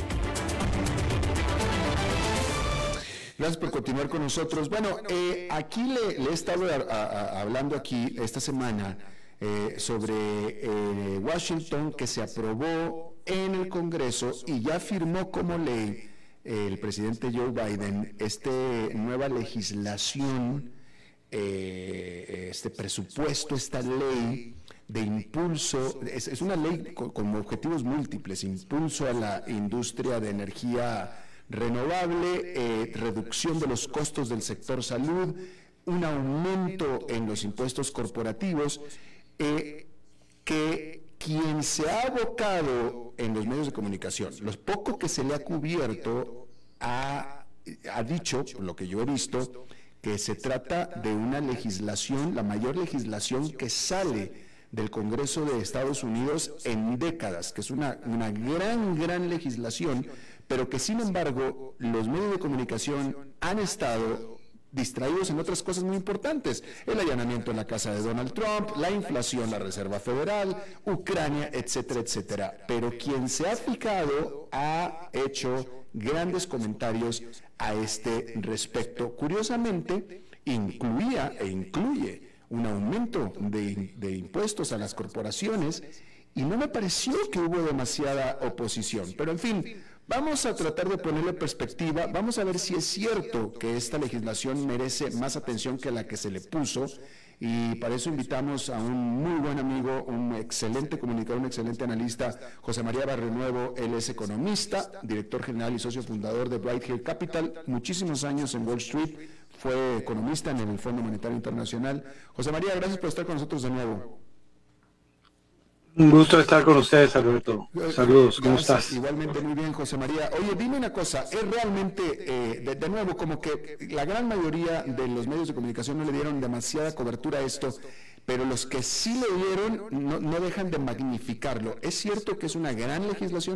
Gracias por continuar con nosotros. Bueno, eh, aquí le, le he estado a, a, a, hablando aquí esta semana eh, sobre eh, Washington, que se aprobó en el Congreso y ya firmó como ley eh, el presidente Joe Biden esta nueva legislación, eh, este presupuesto, esta ley de impulso, es, es una ley con, con objetivos múltiples: impulso a la industria de energía renovable, eh, reducción de los costos del sector salud, un aumento en los impuestos corporativos, eh, que quien se ha abocado en los medios de comunicación, lo poco que se le ha cubierto, ha, ha dicho, por lo que yo he visto, que se trata de una legislación, la mayor legislación que sale del Congreso de Estados Unidos en décadas, que es una, una gran, gran legislación, pero que sin embargo los medios de comunicación han estado distraídos en otras cosas muy importantes: el allanamiento en la casa de Donald Trump, la inflación, la Reserva Federal, Ucrania, etcétera, etcétera. Pero quien se ha fijado ha hecho grandes comentarios a este respecto. Curiosamente, incluía e incluye un aumento de, de impuestos a las corporaciones, y no me pareció que hubo demasiada oposición. Pero en fin, vamos a tratar de ponerle perspectiva, vamos a ver si es cierto que esta legislación merece más atención que la que se le puso, y para eso invitamos a un muy buen amigo, un excelente comunicador, un excelente analista, José María Barrionuevo. Él es economista, director general y socio fundador de Bright Hill Capital, muchísimos años en Wall Street, fue economista en el Fondo Monetario Internacional. José María, gracias por estar con nosotros de nuevo. Un gusto estar con ustedes, Alberto. Saludos, ¿cómo Gracias. estás? Igualmente, muy bien, José María. Oye, dime una cosa, es realmente, eh, de, de nuevo, como que la gran mayoría de los medios de comunicación no le dieron demasiada cobertura a esto, pero los que sí le dieron no, no dejan de magnificarlo. ¿Es cierto que es una gran legislación?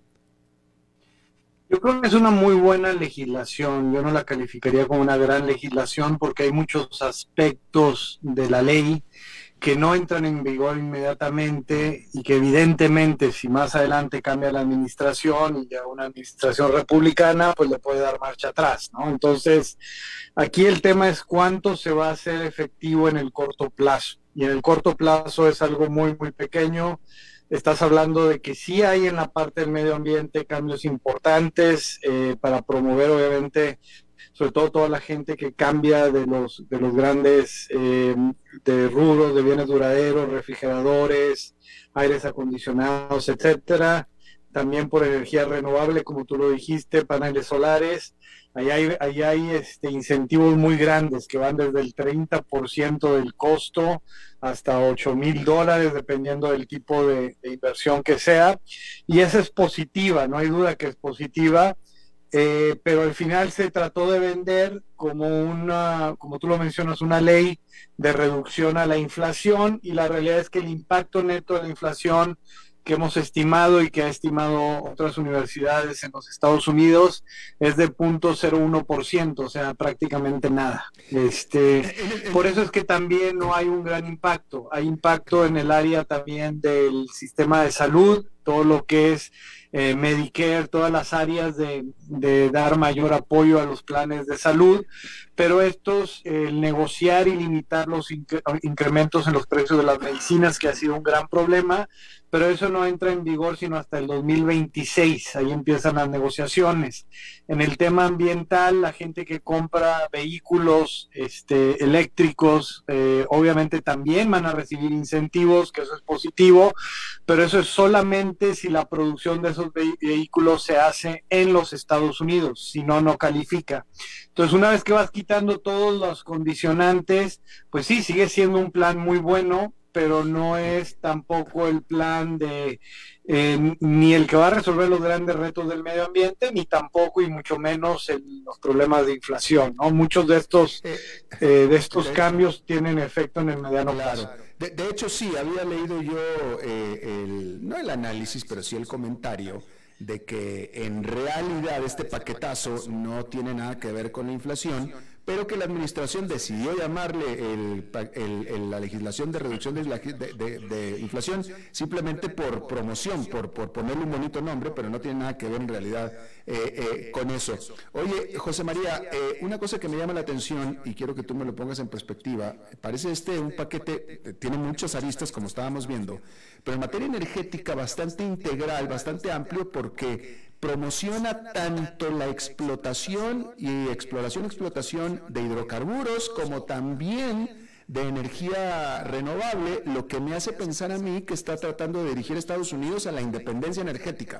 Yo creo que es una muy buena legislación. Yo no la calificaría como una gran legislación porque hay muchos aspectos de la ley que no entran en vigor inmediatamente y que evidentemente si más adelante cambia la administración y ya una administración republicana, pues le puede dar marcha atrás, ¿no? Entonces, aquí el tema es cuánto se va a hacer efectivo en el corto plazo. Y en el corto plazo es algo muy, muy pequeño. Estás hablando de que sí hay en la parte del medio ambiente cambios importantes eh, para promover, obviamente, sobre todo toda la gente que cambia de los de los grandes eh, de rubros de bienes duraderos, refrigeradores, aires acondicionados, etcétera. También por energía renovable, como tú lo dijiste, paneles solares. Ahí hay, ahí hay este, incentivos muy grandes que van desde el treinta por ciento del costo hasta ocho mil dólares, dependiendo del tipo de, de inversión que sea. Y esa es positiva, no hay duda que es positiva. Eh, pero al final se trató de vender como una, como tú lo mencionas, una ley de reducción a la inflación, y la realidad es que el impacto neto de la inflación que hemos estimado y que ha estimado otras universidades en los Estados Unidos es de cero punto cero uno por ciento, o sea, prácticamente nada. Este, por eso es que también no hay un gran impacto. Hay impacto en el área también del sistema de salud, todo lo que es Eh, Medicare, todas las áreas de, de dar mayor apoyo a los planes de salud, pero estos, el eh, negociar y limitar los incre incrementos en los precios de las medicinas, que ha sido un gran problema, pero eso no entra en vigor sino hasta el dos mil veintiséis, ahí empiezan las negociaciones. En el tema ambiental, la gente que compra vehículos este, eléctricos, eh, obviamente también van a recibir incentivos, que eso es positivo, pero eso es solamente si la producción de esos vehículos se hace en los Estados Unidos, si no, no califica. Entonces, una vez que vas quitando todos los condicionantes, pues sí, sigue siendo un plan muy bueno, pero no es tampoco el plan de eh, ni el que va a resolver los grandes retos del medio ambiente, ni tampoco y mucho menos el, los problemas de inflación, ¿no? Muchos de estos eh, de estos cambios tienen efecto en el mediano plazo. De, de hecho, sí, había leído yo eh, el, no el análisis, pero sí el comentario de que en realidad este paquetazo no tiene nada que ver con la inflación, pero que la administración decidió llamarle el, el, el, la legislación de reducción de, la, de, de, de inflación simplemente por promoción, por, por ponerle un bonito nombre, pero no tiene nada que ver en realidad eh, eh, con eso. Oye, José María, eh, una cosa que me llama la atención y quiero que tú me lo pongas en perspectiva, parece este un paquete, eh, tiene muchas aristas como estábamos viendo, pero en materia energética bastante integral, bastante amplio, porque promociona tanto la explotación y exploración explotación de hidrocarburos como también de energía renovable, lo que me hace pensar a mí que está tratando de dirigir a Estados Unidos a la independencia energética.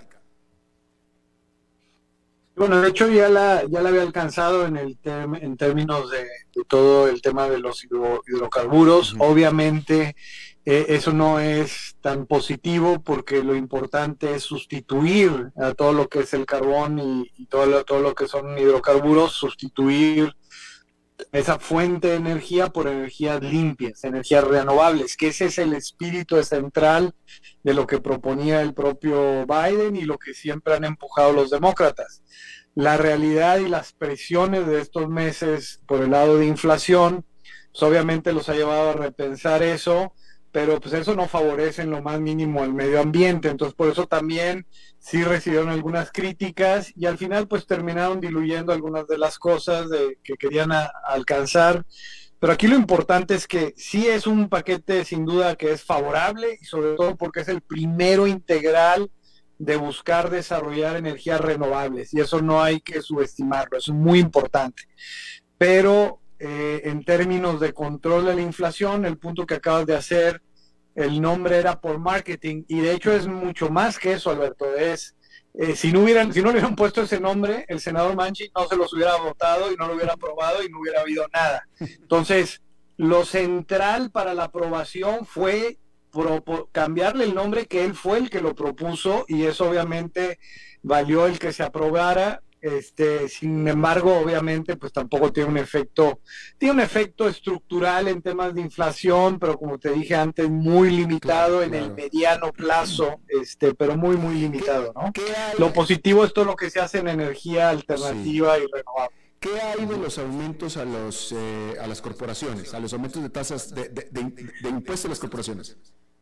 Bueno, de hecho ya la ya la había alcanzado en el term, en términos de, de todo el tema de los hidro, hidrocarburos. Uh-huh. Obviamente eh, eso no es tan positivo porque lo importante es sustituir a todo lo que es el carbón y, y todo lo, todo lo que son hidrocarburos, sustituir esa fuente de energía por energías limpias, energías renovables, que ese es el espíritu central de lo que proponía el propio Biden y lo que siempre han empujado los demócratas. La realidad y las presiones de estos meses por el lado de inflación, pues obviamente los ha llevado a repensar eso, pero pues eso no favorece en lo más mínimo al medio ambiente, entonces por eso también sí recibieron algunas críticas y al final pues terminaron diluyendo algunas de las cosas de, que querían a, alcanzar, pero aquí lo importante es que sí es un paquete sin duda que es favorable y sobre todo porque es el primero integral de buscar desarrollar energías renovables y eso no hay que subestimarlo, eso es muy importante, pero eh, en términos de control de la inflación, el punto que acabas de hacer, el nombre era por marketing y de hecho es mucho más que eso, Alberto. Es eh, si no hubieran si no le hubieran puesto ese nombre, el senador Manchin no se los hubiera votado y no lo hubiera aprobado y no hubiera habido nada. Entonces, lo central para la aprobación fue pro, pro, cambiarle el nombre, que él fue el que lo propuso, y eso obviamente valió el que se aprobara. Este, sin embargo, obviamente, pues tampoco tiene un efecto, tiene un efecto estructural en temas de inflación, pero como te dije antes, muy limitado en el mediano plazo, este, pero muy, muy limitado, ¿no? Lo positivo es todo lo que se hace en energía alternativa sí. y renovable. ¿Qué hay de los aumentos a los eh, a las corporaciones, a los aumentos de tasas de, de, de, de impuestos a las corporaciones?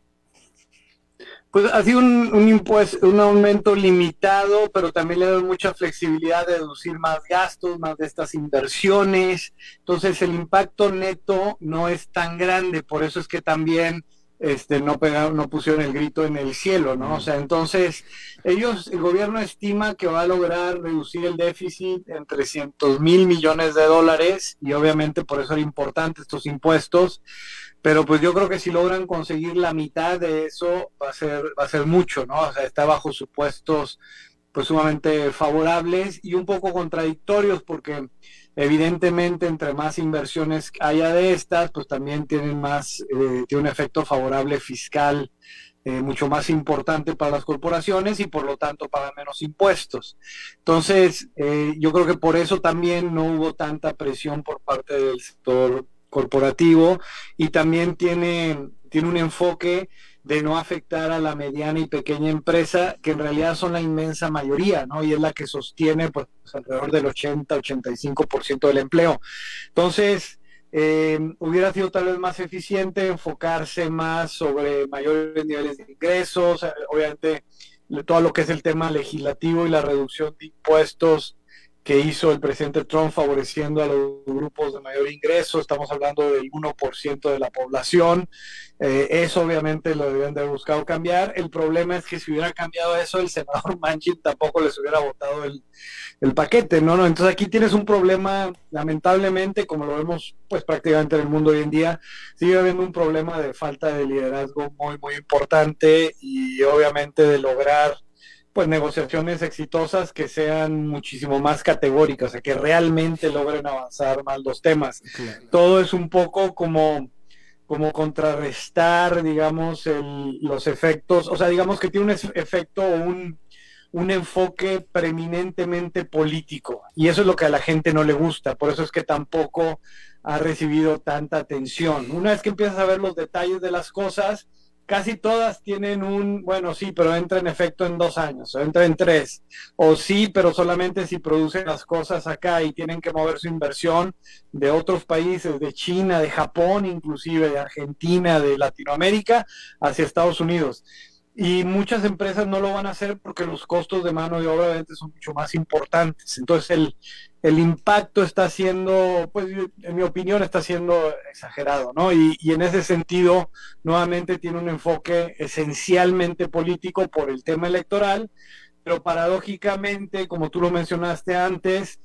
Pues ha sido un, un impuesto, un aumento limitado, pero también le da mucha flexibilidad de deducir más gastos, más de estas inversiones. Entonces el impacto neto no es tan grande, por eso es que también este no pegaron, no pusieron el grito en el cielo, ¿no? O sea, entonces ellos, el gobierno estima que va a lograr reducir el déficit en trescientos mil millones de dólares, y obviamente por eso era importante estos impuestos. Pero pues yo creo que si logran conseguir la mitad de eso va a ser va a ser mucho, ¿no? O sea, está bajo supuestos pues sumamente favorables y un poco contradictorios, porque evidentemente entre más inversiones haya de estas, pues también tienen más eh, tiene un efecto favorable fiscal eh, mucho más importante para las corporaciones y por lo tanto pagan menos impuestos. Entonces, eh, yo creo que por eso también no hubo tanta presión por parte del sector corporativo, y también tiene, tiene un enfoque de no afectar a la mediana y pequeña empresa, que en realidad son la inmensa mayoría, ¿no? Y es la que sostiene pues alrededor del ochenta a ochenta y cinco por ciento del empleo. Entonces, eh, hubiera sido tal vez más eficiente enfocarse más sobre mayores niveles de ingresos, obviamente todo lo que es el tema legislativo y la reducción de impuestos que hizo el presidente Trump favoreciendo a los grupos de mayor ingreso. Estamos hablando del uno por ciento de la población. Eh, eso obviamente lo debían de haber buscado cambiar. El problema es que si hubiera cambiado eso, el senador Manchin tampoco les hubiera votado el, el paquete, ¿no? ¿no? Entonces aquí tienes un problema, lamentablemente, como lo vemos pues prácticamente en el mundo hoy en día, sigue habiendo un problema de falta de liderazgo muy, muy importante, y obviamente de lograr pues negociaciones exitosas que sean muchísimo más categóricas, o sea, que realmente logren avanzar más los temas. Claro. Todo es un poco como, como contrarrestar, digamos, el, los efectos, o sea, digamos que tiene un efecto, un, un enfoque preeminentemente político, y eso es lo que a la gente no le gusta, por eso es que tampoco ha recibido tanta atención. Una vez que empiezas a ver los detalles de las cosas, casi todas tienen un, bueno, sí, pero entra en efecto en dos años, o entra en tres, o sí, pero solamente si producen las cosas acá y tienen que mover su inversión de otros países, de China, de Japón, inclusive de Argentina, de Latinoamérica, hacia Estados Unidos. Y muchas empresas no lo van a hacer porque los costos de mano de obra obviamente son mucho más importantes. Entonces el, el impacto está siendo, pues en mi opinión, está siendo exagerado, ¿no? Y, y en ese sentido, nuevamente tiene un enfoque esencialmente político por el tema electoral, pero paradójicamente, como tú lo mencionaste antes,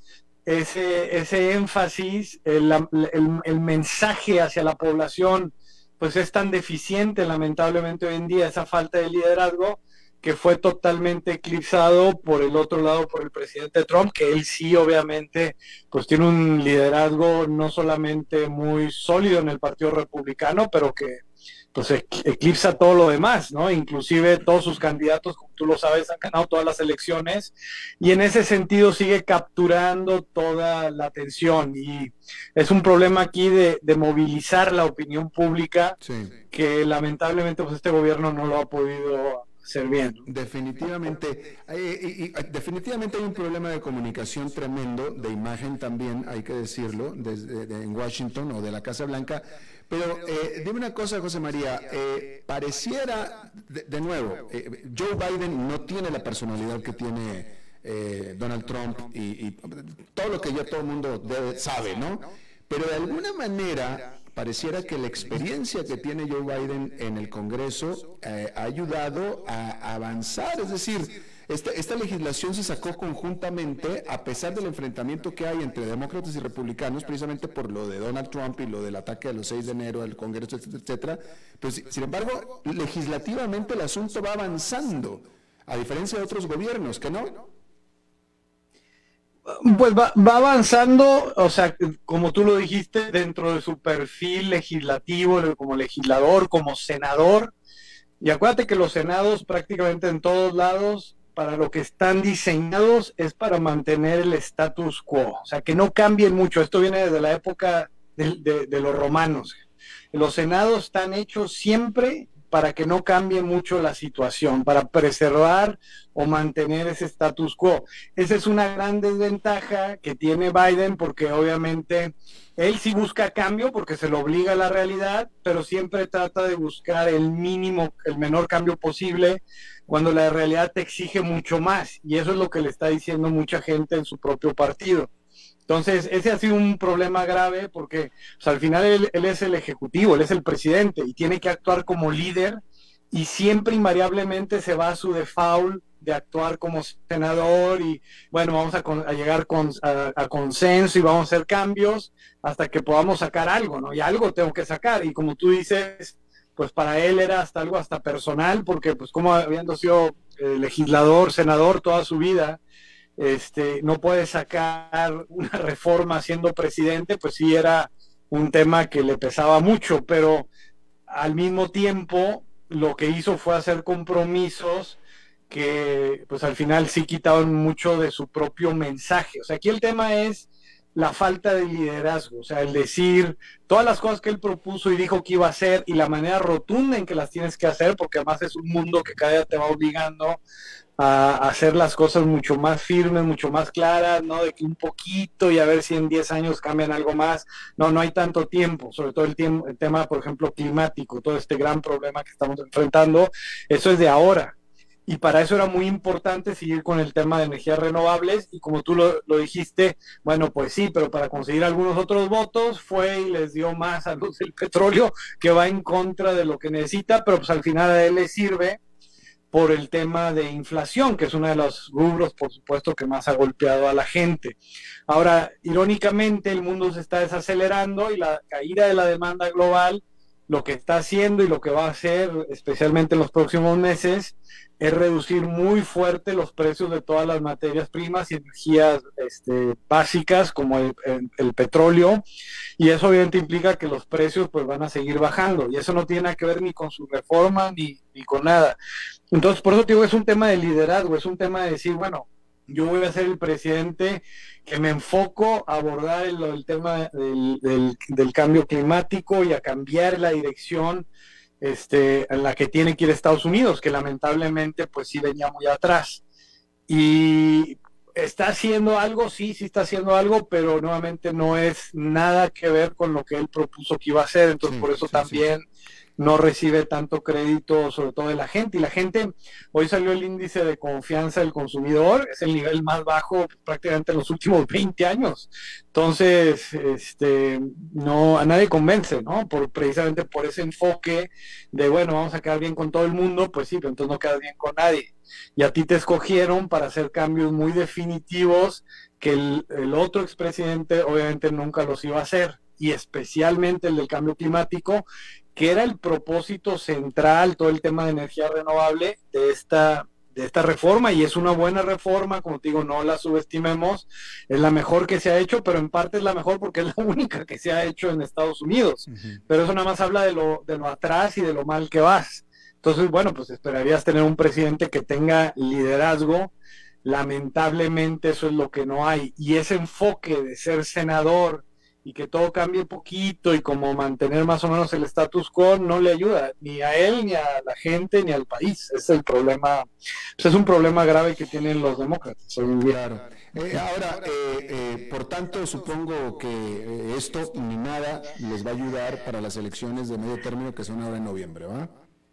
ese, ese énfasis, el, el, el mensaje hacia la población, pues es tan deficiente lamentablemente hoy en día, esa falta de liderazgo, que fue totalmente eclipsado por el otro lado, por el presidente Trump, que él sí obviamente pues tiene un liderazgo no solamente muy sólido en el Partido Republicano, pero que pues eclipsa todo lo demás, ¿no? Inclusive todos sus candidatos, como tú lo sabes, han ganado todas las elecciones, y en ese sentido sigue capturando toda la atención, y es un problema aquí de, de movilizar la opinión pública, sí, que lamentablemente pues este gobierno no lo ha podido hacer bien, ¿no? Definitivamente, eh, y, y, definitivamente hay un problema de comunicación tremendo, de imagen también, hay que decirlo, desde de, en Washington o de la Casa Blanca. Pero eh, dime una cosa, José María, eh, pareciera, de, de nuevo, eh, Joe Biden no tiene la personalidad que tiene eh, Donald Trump y, y todo lo que ya todo el mundo debe, sabe, ¿no? Pero de alguna manera pareciera que la experiencia que tiene Joe Biden en el Congreso eh, ha ayudado a, a avanzar, es decir, Esta, esta legislación se sacó conjuntamente a pesar del enfrentamiento que hay entre demócratas y republicanos, precisamente por lo de Donald Trump y lo del ataque a los seis de enero al Congreso, etcétera, etcétera. Pues, sin embargo, legislativamente el asunto va avanzando, a diferencia de otros gobiernos, ¿que no? Pues va, va avanzando, o sea, como tú lo dijiste, dentro de su perfil legislativo, como legislador, como senador. Y acuérdate que los senados prácticamente en todos lados, para lo que están diseñados, es para mantener el status quo. O sea, que no cambien mucho. Esto viene desde la época de, de, de los romanos. Los senados están hechos siempre para que no cambie mucho la situación, para preservar o mantener ese status quo. Esa es una gran desventaja que tiene Biden, porque obviamente él sí busca cambio porque se lo obliga a la realidad, pero siempre trata de buscar el mínimo, el menor cambio posible, cuando la realidad te exige mucho más, y eso es lo que le está diciendo mucha gente en su propio partido. Entonces, ese ha sido un problema grave porque, o sea, al final él, él es el ejecutivo, él es el presidente y tiene que actuar como líder, y siempre invariablemente se va a su default de actuar como senador y, bueno, vamos a, con, a llegar con, a, a consenso y vamos a hacer cambios hasta que podamos sacar algo, ¿no? Y algo tengo que sacar, y como tú dices, pues para él era hasta algo hasta personal, porque pues como habiendo sido eh, legislador, senador toda su vida, Este, no puede sacar una reforma siendo presidente, pues sí era un tema que le pesaba mucho, pero al mismo tiempo lo que hizo fue hacer compromisos que pues al final sí quitaban mucho de su propio mensaje. O sea, aquí el tema es la falta de liderazgo, o sea, el decir todas las cosas que él propuso y dijo que iba a hacer y la manera rotunda en que las tienes que hacer, porque además es un mundo que cada día te va obligando a hacer las cosas mucho más firmes, mucho más claras, ¿no? De que un poquito y a ver si en diez años cambian algo más. No, no hay tanto tiempo, sobre todo el, tiempo, el tema, por ejemplo, climático, todo este gran problema que estamos enfrentando, eso es de ahora. Y para eso era muy importante seguir con el tema de energías renovables, y como tú lo, lo dijiste, bueno, pues sí, pero para conseguir algunos otros votos fue y les dio más a los del petróleo, que va en contra de lo que necesita, pero pues al final a él le sirve por el tema de inflación, que es uno de los rubros, por supuesto, que más ha golpeado a la gente. Ahora, irónicamente, el mundo se está desacelerando y la caída de la demanda global, lo que está haciendo y lo que va a hacer, especialmente en los próximos meses, es reducir muy fuerte los precios de todas las materias primas y energías este, básicas, como el, el, el petróleo, y eso obviamente implica que los precios pues van a seguir bajando, y eso no tiene nada que ver ni con su reforma ni, ni con nada. Entonces, por eso te digo, es un tema de liderazgo, es un tema de decir, bueno, yo voy a ser el presidente que me enfoco a abordar el, el tema del, del, del cambio climático y a cambiar la dirección este, en la que tiene que ir Estados Unidos, que lamentablemente pues sí venía muy atrás. Y está haciendo algo, sí, sí está haciendo algo, pero nuevamente no es nada que ver con lo que él propuso que iba a hacer, entonces sí, por eso sí, también... Sí. No recibe tanto crédito, sobre todo de la gente, y la gente, hoy salió el índice de confianza del consumidor, es el nivel más bajo prácticamente en los últimos veinte años, entonces, este, no, a nadie convence, ¿no? Por, precisamente por ese enfoque de, bueno, vamos a quedar bien con todo el mundo, pues sí, pero entonces no quedas bien con nadie, y a ti te escogieron para hacer cambios muy definitivos que el, el otro expresidente obviamente nunca los iba a hacer, y especialmente el del cambio climático, que era el propósito central, todo el tema de energía renovable de esta, de esta reforma, y es una buena reforma, como te digo, no la subestimemos, es la mejor que se ha hecho, pero en parte es la mejor porque es la única que se ha hecho en Estados Unidos, uh-huh. Pero eso nada más habla de lo, de lo atrás y de lo mal que vas. Entonces, bueno, pues esperarías tener un presidente que tenga liderazgo. Lamentablemente eso es lo que no hay, y ese enfoque de ser senador y que todo cambie poquito y como mantener más o menos el status quo no le ayuda ni a él, ni a la gente, ni al país. Es el problema, pues es un problema grave que tienen los demócratas. Claro. Eh, ahora, eh, eh, por tanto, supongo que eh, esto ni nada les va a ayudar para las elecciones de medio término que son ahora en noviembre, ¿va?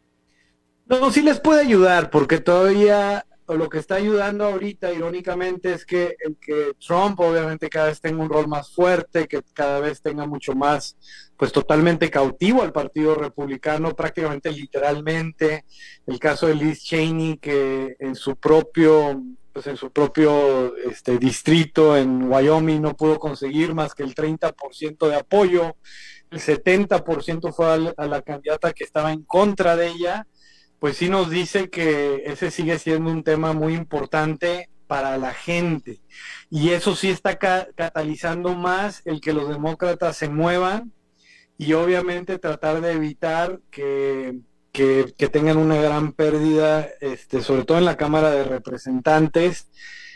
No, sí les puede ayudar, porque todavía... lo que está ayudando ahorita, irónicamente, es que el que Trump obviamente cada vez tenga un rol más fuerte, que cada vez tenga mucho más, pues totalmente cautivo al Partido Republicano, prácticamente literalmente. El caso de Liz Cheney, que en su propio, pues en su propio este, distrito en Wyoming no pudo conseguir más que el treinta por ciento de apoyo, el setenta por ciento fue a la, a la candidata que estaba en contra de ella. Pues sí nos dice que ese sigue siendo un tema muy importante para la gente. Y eso sí está ca catalizando más el que los demócratas se muevan y obviamente tratar de evitar que, que, que tengan una gran pérdida, este, sobre todo en la Cámara de Representantes.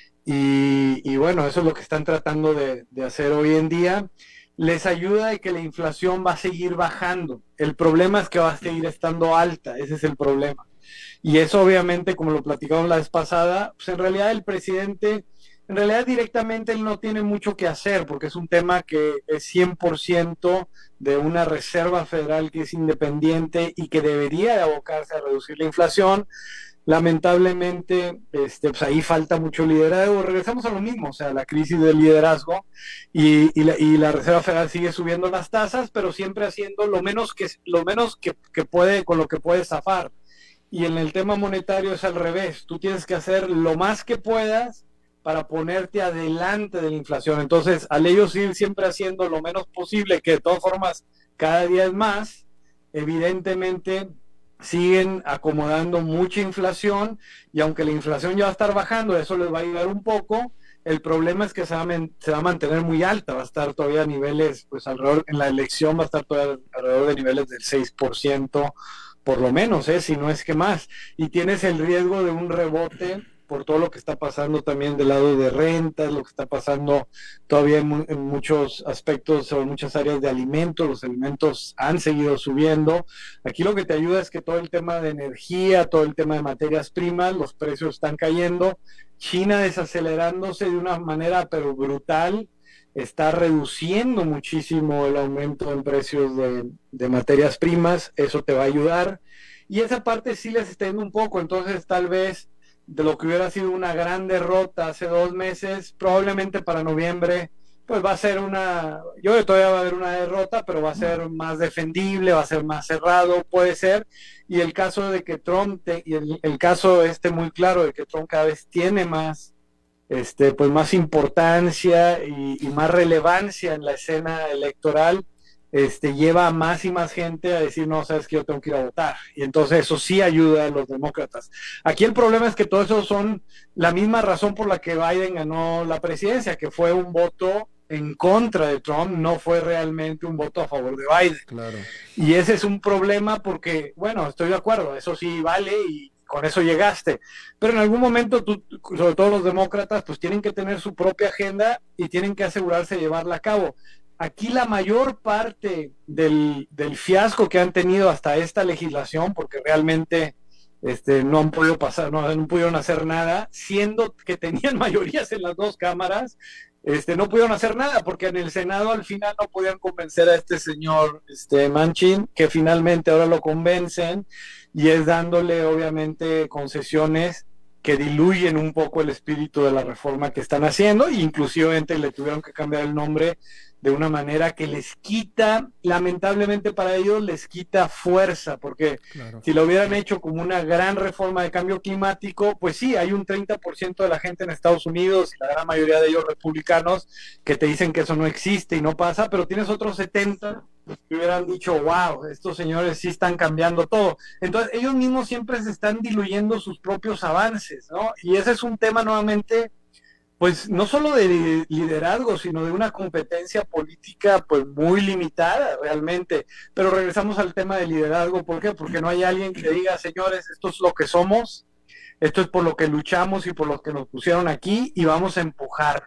Y, y bueno, eso es lo que están tratando de, de hacer hoy en día. Les ayuda de que la inflación va a seguir bajando. El problema es que va a seguir estando alta, ese es el problema. Y eso obviamente, como lo platicamos la vez pasada, pues en realidad el presidente, en realidad directamente él no tiene mucho que hacer, porque es un tema que es cien por ciento de una reserva federal que es independiente y que debería de abocarse a reducir la inflación. Lamentablemente, este, pues ahí falta mucho liderazgo. Regresamos a lo mismo, o sea, la crisis del liderazgo y, y, la, y la Reserva Federal sigue subiendo las tasas, pero siempre haciendo lo menos que lo menos que, que puede, con lo que puede zafar. Y en el tema monetario es al revés. Tú tienes que hacer lo más que puedas para ponerte adelante de la inflación. Entonces, al ellos ir siempre haciendo lo menos posible, que de todas formas cada día es más, evidentemente siguen acomodando mucha inflación, y aunque la inflación ya va a estar bajando, eso les va a ayudar un poco. El problema es que se va, a se va a mantener muy alta, va a estar todavía a niveles, pues alrededor, en la elección va a estar todavía alrededor de niveles del seis por ciento, por lo menos, ¿eh? Si no es que más, y tienes el riesgo de un rebote por todo lo que está pasando también del lado de rentas, lo que está pasando todavía en, mu en muchos aspectos o en muchas áreas de alimentos. Los alimentos han seguido subiendo. Aquí lo que te ayuda es que todo el tema de energía, todo el tema de materias primas, los precios están cayendo. China desacelerándose de una manera pero brutal, está reduciendo muchísimo el aumento en precios de, de materias primas. Eso te va a ayudar. Y esa parte sí les está yendo un poco, entonces tal vez de lo que hubiera sido una gran derrota hace dos meses, probablemente para noviembre, pues va a ser una, yo creo que todavía va a haber una derrota, pero va a ser más defendible, va a ser más cerrado, puede ser. Y el caso de que Trump, te, y el, el caso este muy claro de que Trump cada vez tiene más, este, pues más importancia y, y más relevancia en la escena electoral, este, lleva a más y más gente a decir, no, sabes que yo tengo que ir a votar. Y entonces eso sí ayuda a los demócratas. Aquí el problema es que todo eso son la misma razón por la que Biden ganó la presidencia, que fue un voto en contra de Trump, no fue realmente un voto a favor de Biden. Claro. Y ese es un problema porque, bueno, estoy de acuerdo, eso sí vale y con eso llegaste. Pero en algún momento, tú, sobre todo los demócratas, pues tienen que tener su propia agenda y tienen que asegurarse de llevarla a cabo. Aquí la mayor parte del, del fiasco que han tenido hasta esta legislación, porque realmente este, no han podido pasar, no, no pudieron hacer nada, siendo que tenían mayorías en las dos cámaras, este, no pudieron hacer nada, porque en el Senado al final no podían convencer a este señor este, Manchin, que finalmente ahora lo convencen, y es dándole obviamente concesiones que diluyen un poco el espíritu de la reforma que están haciendo, e inclusive le tuvieron que cambiar el nombre de una manera que les quita, lamentablemente para ellos, les quita fuerza, porque claro, si lo hubieran hecho como una gran reforma de cambio climático, pues sí, hay un treinta por ciento de la gente en Estados Unidos, la gran mayoría de ellos republicanos, que te dicen que eso no existe y no pasa, pero tienes otros setenta que hubieran dicho, wow, estos señores sí están cambiando todo. Entonces ellos mismos siempre se están diluyendo sus propios avances, ¿no? Y ese es un tema nuevamente, pues no solo de liderazgo, sino de una competencia política pues muy limitada realmente. Pero regresamos al tema de liderazgo, ¿por qué? Porque no hay alguien que diga, señores, esto es lo que somos, esto es por lo que luchamos y por lo que nos pusieron aquí y vamos a empujar.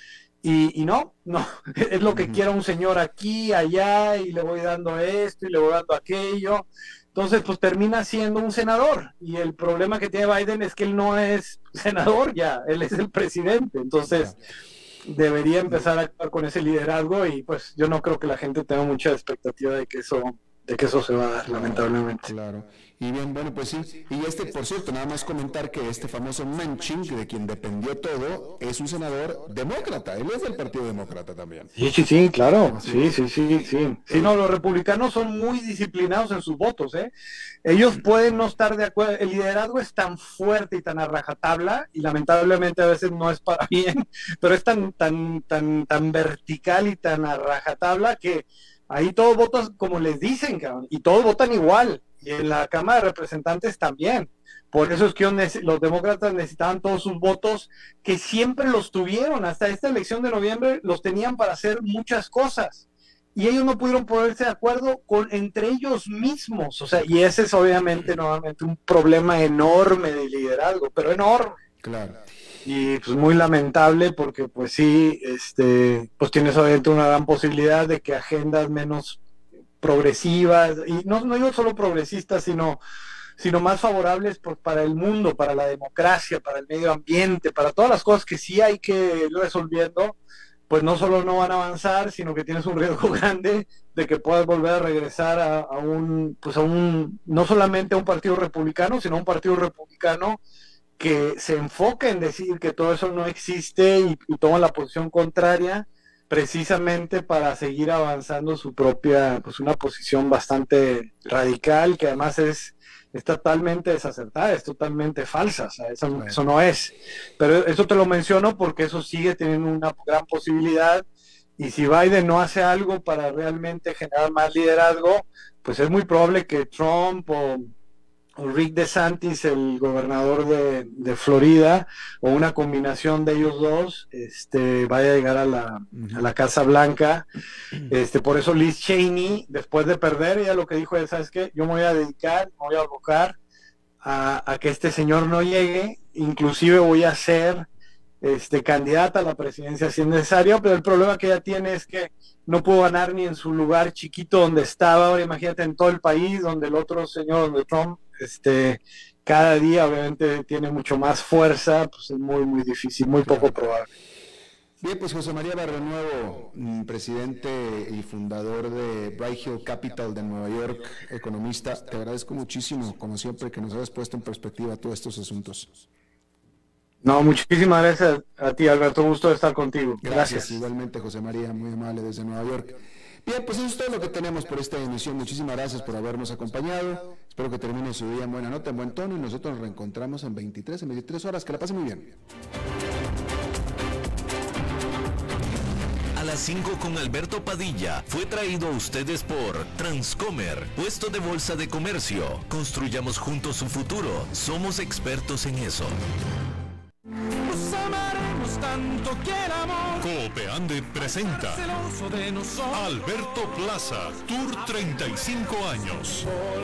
Y, y no, no, es lo que quiera un señor aquí, allá, y le voy dando esto y le voy dando aquello. Entonces, pues termina siendo un senador, y el problema que tiene Biden es que él no es senador ya, él es el presidente, entonces debería empezar a actuar con ese liderazgo, y pues yo no creo que la gente tenga mucha expectativa de que eso, de que eso se va a dar, lamentablemente. Claro. Y bien, bueno, pues sí. Y este, por cierto, nada más comentar que este famoso Manchin, de quien dependió todo, es un senador demócrata. Él es del Partido Demócrata también. Sí, sí, sí, claro. Sí, sí, sí, sí. Sí, no, los republicanos son muy disciplinados en sus votos, ¿eh? Ellos pueden no estar de acuerdo. El liderazgo es tan fuerte y tan a rajatabla, y lamentablemente a veces no es para bien, pero es tan, tan, tan, tan vertical y tan a rajatabla que ahí todos votan como les dicen, cabrón, y todos votan igual. Y en la Cámara de Representantes también. Por eso es que los demócratas necesitaban todos sus votos, que siempre los tuvieron. Hasta esta elección de noviembre los tenían para hacer muchas cosas. Y ellos no pudieron ponerse de acuerdo con, entre ellos mismos. O sea, y ese es obviamente nuevamente un problema enorme de liderazgo, pero enorme. Claro. Y pues muy lamentable porque pues sí, este, pues tienes obviamente una gran posibilidad de que agendas menos progresivas, y no, no digo solo progresistas, sino, sino más favorables por, para el mundo, para la democracia, para el medio ambiente, para todas las cosas que sí hay que ir resolviendo, pues no solo no van a avanzar, sino que tienes un riesgo grande de que puedas volver a regresar a, a un, pues a un, no solamente a un partido republicano, sino a un partido republicano que se enfoca en decir que todo eso no existe y, y toma la posición contraria, precisamente para seguir avanzando su propia, pues una posición bastante radical, que además es, es totalmente desacertada, es totalmente falsa, o sea, eso, bueno. eso no es. Pero eso te lo menciono porque eso sigue teniendo una gran posibilidad, y si Biden no hace algo para realmente generar más liderazgo, pues es muy probable que Trump o o Rick DeSantis, el gobernador de, de Florida, o una combinación de ellos dos, este, vaya a llegar a la, a la Casa Blanca. Este, por eso Liz Cheney, después de perder, ella lo que dijo es, ¿sabes qué? Yo me voy a dedicar, me voy a abocar a, a que este señor no llegue, inclusive voy a ser este, candidata a la presidencia si es necesario, pero el problema que ella tiene es que no pudo ganar ni en su lugar chiquito donde estaba. Ahora imagínate en todo el país, donde el otro señor, donde Trump, este, cada día obviamente tiene mucho más fuerza, pues es muy, muy difícil, muy poco probable. Bien, pues José María Barrionuevo, presidente y fundador de Bright Hill Capital de Nueva York, economista, te agradezco muchísimo, como siempre, que nos hayas puesto en perspectiva todos estos asuntos. No, muchísimas gracias a ti, Alberto, un gusto de estar contigo. Gracias. Gracias. Igualmente, José María, muy amable desde Nueva York. Bien, pues eso es todo lo que tenemos por esta emisión. Muchísimas gracias por habernos acompañado. Espero que termine su día en buena nota, en buen tono, y nosotros nos reencontramos en veintitrés, en veintitrés horas. Que la pasen muy bien. A las cinco con Alberto Padilla fue traído a ustedes por Transcomer, puesto de bolsa de comercio. Construyamos juntos su futuro. Somos expertos en eso. Nos amaremos tanto que el amor. Coopeande presenta Alberto Plaza, Tour treinta y cinco años.